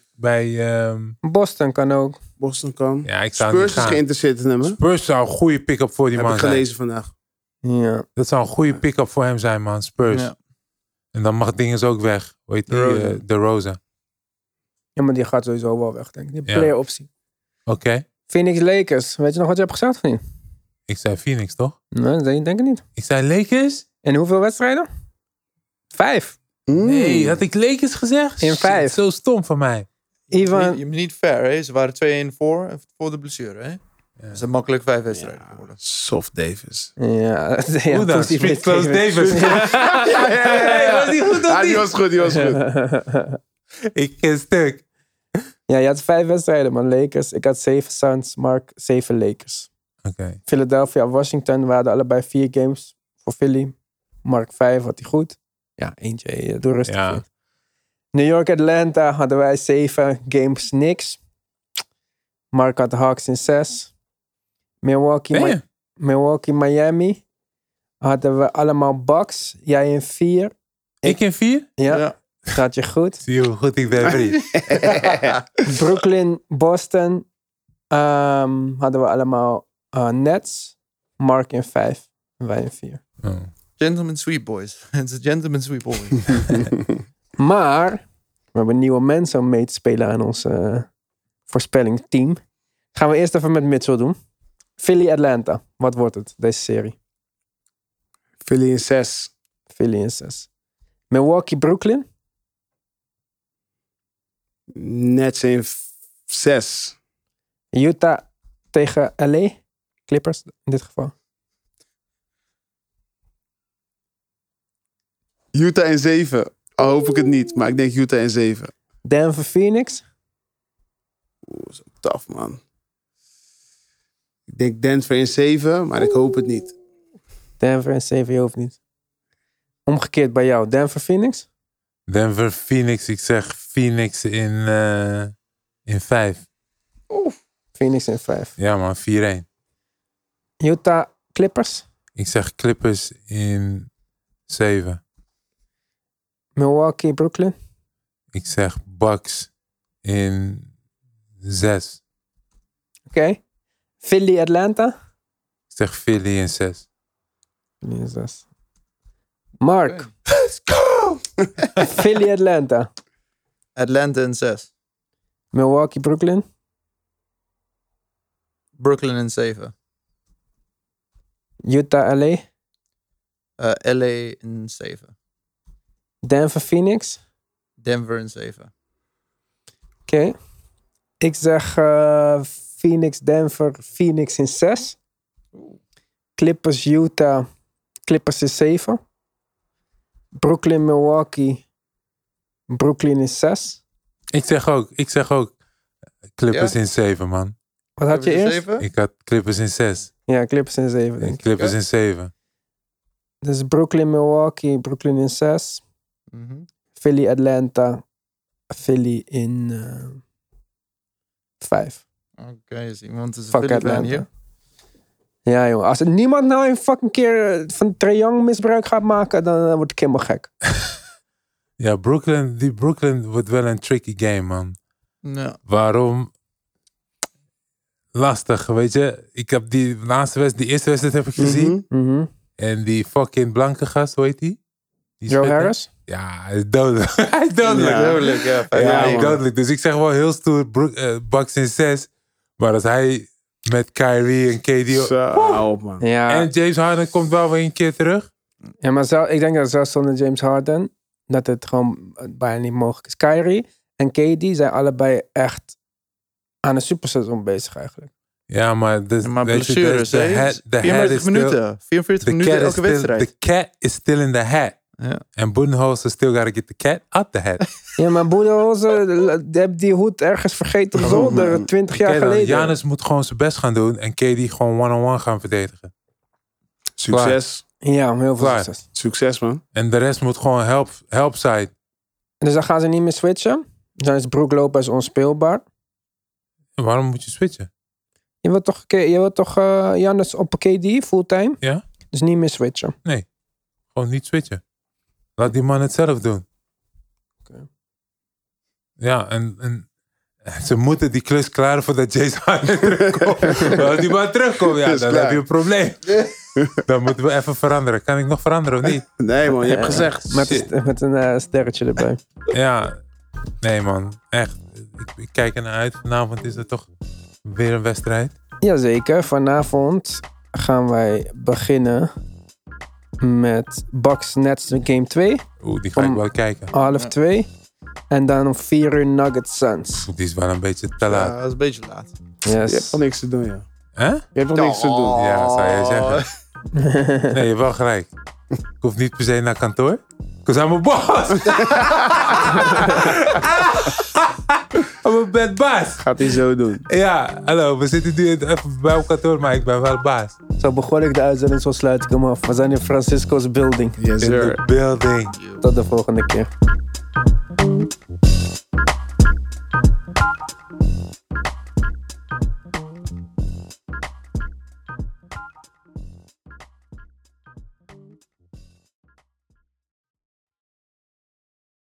A: Boston kan ook.
C: Boston kan.
B: Ja, ik zou
C: Spurs
B: niet
C: is
B: gaan.
C: geïnteresseerd in hem, hè?
B: Spurs zou een goede pick-up voor die
C: Heb
B: man
C: ik
B: zijn.
C: gelezen vandaag.
A: Ja.
B: Dat zou een goede pick-up voor hem zijn, man. Spurs.
D: Ja.
B: En dan mag Dinges ook weg. Weet je, de Rosa.
A: Ja, maar die gaat sowieso wel weg, denk ik. Die
B: Ja.
A: player optie.
B: Oké.
A: Phoenix, Lakers. Weet je nog wat je hebt gezegd of niet?
B: Ik zei Phoenix, toch?
A: Nee, dat denk ik niet.
B: Ik zei Lakers?
A: En hoeveel wedstrijden? 5.
B: Nee, had ik Lakers gezegd?
A: In
B: Shit,
A: 5.
B: Zo stom van mij.
A: Ivan,
D: Je bent niet fair, hè? Ze waren 2-1 voor de blessure, hè? Dat zijn makkelijk 5 wedstrijden geworden.
C: Soft Davis.
A: ja,
B: Hoe dan?
A: Pussy
B: Street Close
A: Davis.
B: Davis. Hey, was die goed of
C: Die
B: niet?
C: was goed, die was goed.
B: Ik ken stuk.
A: Ja, je had 5 wedstrijden, man. Lakers. Ik had 7 Suns, Mark 7 Lakers.
B: Oké.
A: Philadelphia, Washington. We hadden allebei 4 games voor Philly. Mark 5 had hij goed. Ja, eentje door rustig.
B: Ja.
A: vindt. New York, Atlanta hadden wij 7 games, niks. Mark had de Hawks in 6. Milwaukee, Miami hadden we allemaal Bucks. Jij in 4.
B: Ik in 4?
A: Ja, gaat je goed.
B: Zie je hoe goed ik ben, vriend.
A: Brooklyn, Boston hadden we allemaal Nets. Mark in 5 en wij in 4.
B: Oh.
D: Gentleman sweep, boys. Het is een gentleman sweep, boys.
A: Maar we hebben nieuwe mensen om mee te spelen aan ons voorspellingsteam. Gaan we eerst even met Mitchell doen. Philly, Atlanta. Wat wordt het, deze serie?
C: Philly in 6.
A: Philly in 6. Milwaukee, Brooklyn.
C: Nets in 6.
A: Utah tegen LA. Clippers in dit geval.
C: Utah in 7. Al hoop ik het niet, maar ik denk Utah in 7.
A: Denver, Phoenix.
C: Oeh, dat is ook tough, man. Ik denk Denver in 7, maar ik hoop het niet.
A: Denver in 7, je hoeft niet. Omgekeerd bij jou. Denver, Phoenix.
B: Denver, Phoenix. Ik zeg Phoenix in 5.
A: Phoenix in 5.
B: Ja man, 4-1.
A: Utah, Clippers.
B: Ik zeg Clippers in 7.
A: Milwaukee, Brooklyn.
B: Ik zeg Bucks in 6.
A: Oké. Philly, Atlanta.
B: Ik zeg Philly in 6.
A: Philly in 6. Mark. Let's go! Philly, Atlanta.
D: Atlanta in 6.
A: Milwaukee, Brooklyn.
D: Brooklyn in 7.
A: Utah, LA.
D: LA in 7.
A: Denver, Phoenix.
D: Denver in 7.
A: Oké. Ik zeg Phoenix, Denver, Phoenix in 6. Clippers, Utah. Clippers in 7. Brooklyn, Milwaukee. Brooklyn in 6.
B: Ik zeg ook Clippers in 7 man.
A: Wat had je eerst?
D: 7?
B: Ik had Clippers in 6.
A: Ja, Clippers in 7 denk ik.
B: Clippers in 7.
A: Dus Brooklyn, Milwaukee, Brooklyn in 6. Philly, Atlanta, Philly in 5.
D: Oké, is iemand is een
A: Fuck
D: Philly fan
A: Atlanta.
D: hier.
A: Ja, jongen. Als er niemand nou een fucking keer van Trae Young misbruik gaat maken, dan word ik helemaal gek.
B: Ja, Brooklyn wordt wel een tricky game, man.
D: Ja.
B: Waarom? lastig, weet je. Ik heb die eerste wedstrijd heb ik gezien.
A: Mhm.
B: En die fucking blanke gast, hoe heet die?
A: Joe Harris?
B: Ja, hij is dodelijk. Hij is dodelijk.
C: Ja,
D: Dodelijk, ja.
B: Hij is dodelijk. Dus ik zeg wel heel stoer, Bucks in 6. Maar als hij met Kyrie en KD...
C: Zo, man.
A: Ja.
B: En James Harden komt wel weer een keer terug.
A: Ja, maar ik denk dat zelfs zonder James Harden, dat het gewoon bijna niet mogelijk is. Kyrie en KD zijn allebei echt aan een superseizoen bezig eigenlijk.
B: Ja, maar...
D: Maar blessures, hè? 44 minuten. 44 minuten elke wedstrijd.
B: The cat is still in the hat.
D: Ja.
B: En Budenholzer still gotta get the cat out the hat.
A: Ja, maar Budenholzer heeft die hoed ergens vergeten op zolder 20 jaar geleden.
B: Giannis moet gewoon zijn best gaan doen en KD gewoon one-on-one gaan verdedigen.
C: Succes.
A: Ja, heel veel
B: Klaar.
A: succes.
C: Succes, man.
B: En de rest moet gewoon help side.
A: Dus dan gaan ze niet meer switchen. Dan is Brook Lopez onspeelbaar.
B: En waarom moet je switchen?
A: Je wilt toch Giannis op KD fulltime?
B: Ja?
A: Dus niet meer switchen.
B: Nee. Gewoon niet switchen. Laat die man het zelf doen.
A: Oké.
B: Ja, en ze moeten die klus klaren voordat James Harden terugkomt. Als die man terugkomt, ja, dan heb je een probleem. Dan moeten we even veranderen. Kan ik nog veranderen of niet?
C: Nee, man. Je hebt gezegd.
A: Met een sterretje erbij.
B: Ja. Nee, man. Echt. Ik kijk er naar uit. Vanavond is er toch weer een wedstrijd.
A: Jazeker. Vanavond gaan wij beginnen met Bucks Nets Game 2.
B: Oeh, die ga ik wel kijken.
A: 1:30. En dan om 4 uur Nuggets Suns.
B: Die is wel een beetje te laat.
D: Ja, dat is een beetje laat.
C: Je hebt
A: Yes.
C: wel niks te doen, ja.
B: Hè?
C: Je hebt wel niks te doen.
B: Ja, zou jij zeggen. Nee, je hebt wel gelijk. Ik hoef niet per se naar kantoor. Because I'm a boss. I'm a bad baas.
C: Gaat hij zo doen.
B: Ja, hallo. We zitten nu even bij op kantoor, maar ik ben wel baas.
A: Zo begon ik de uitzending, zo sluit ik hem af. We zijn in Francisco's building.
C: Yes,
B: In
C: sir.
B: the building.
A: Tot de volgende keer.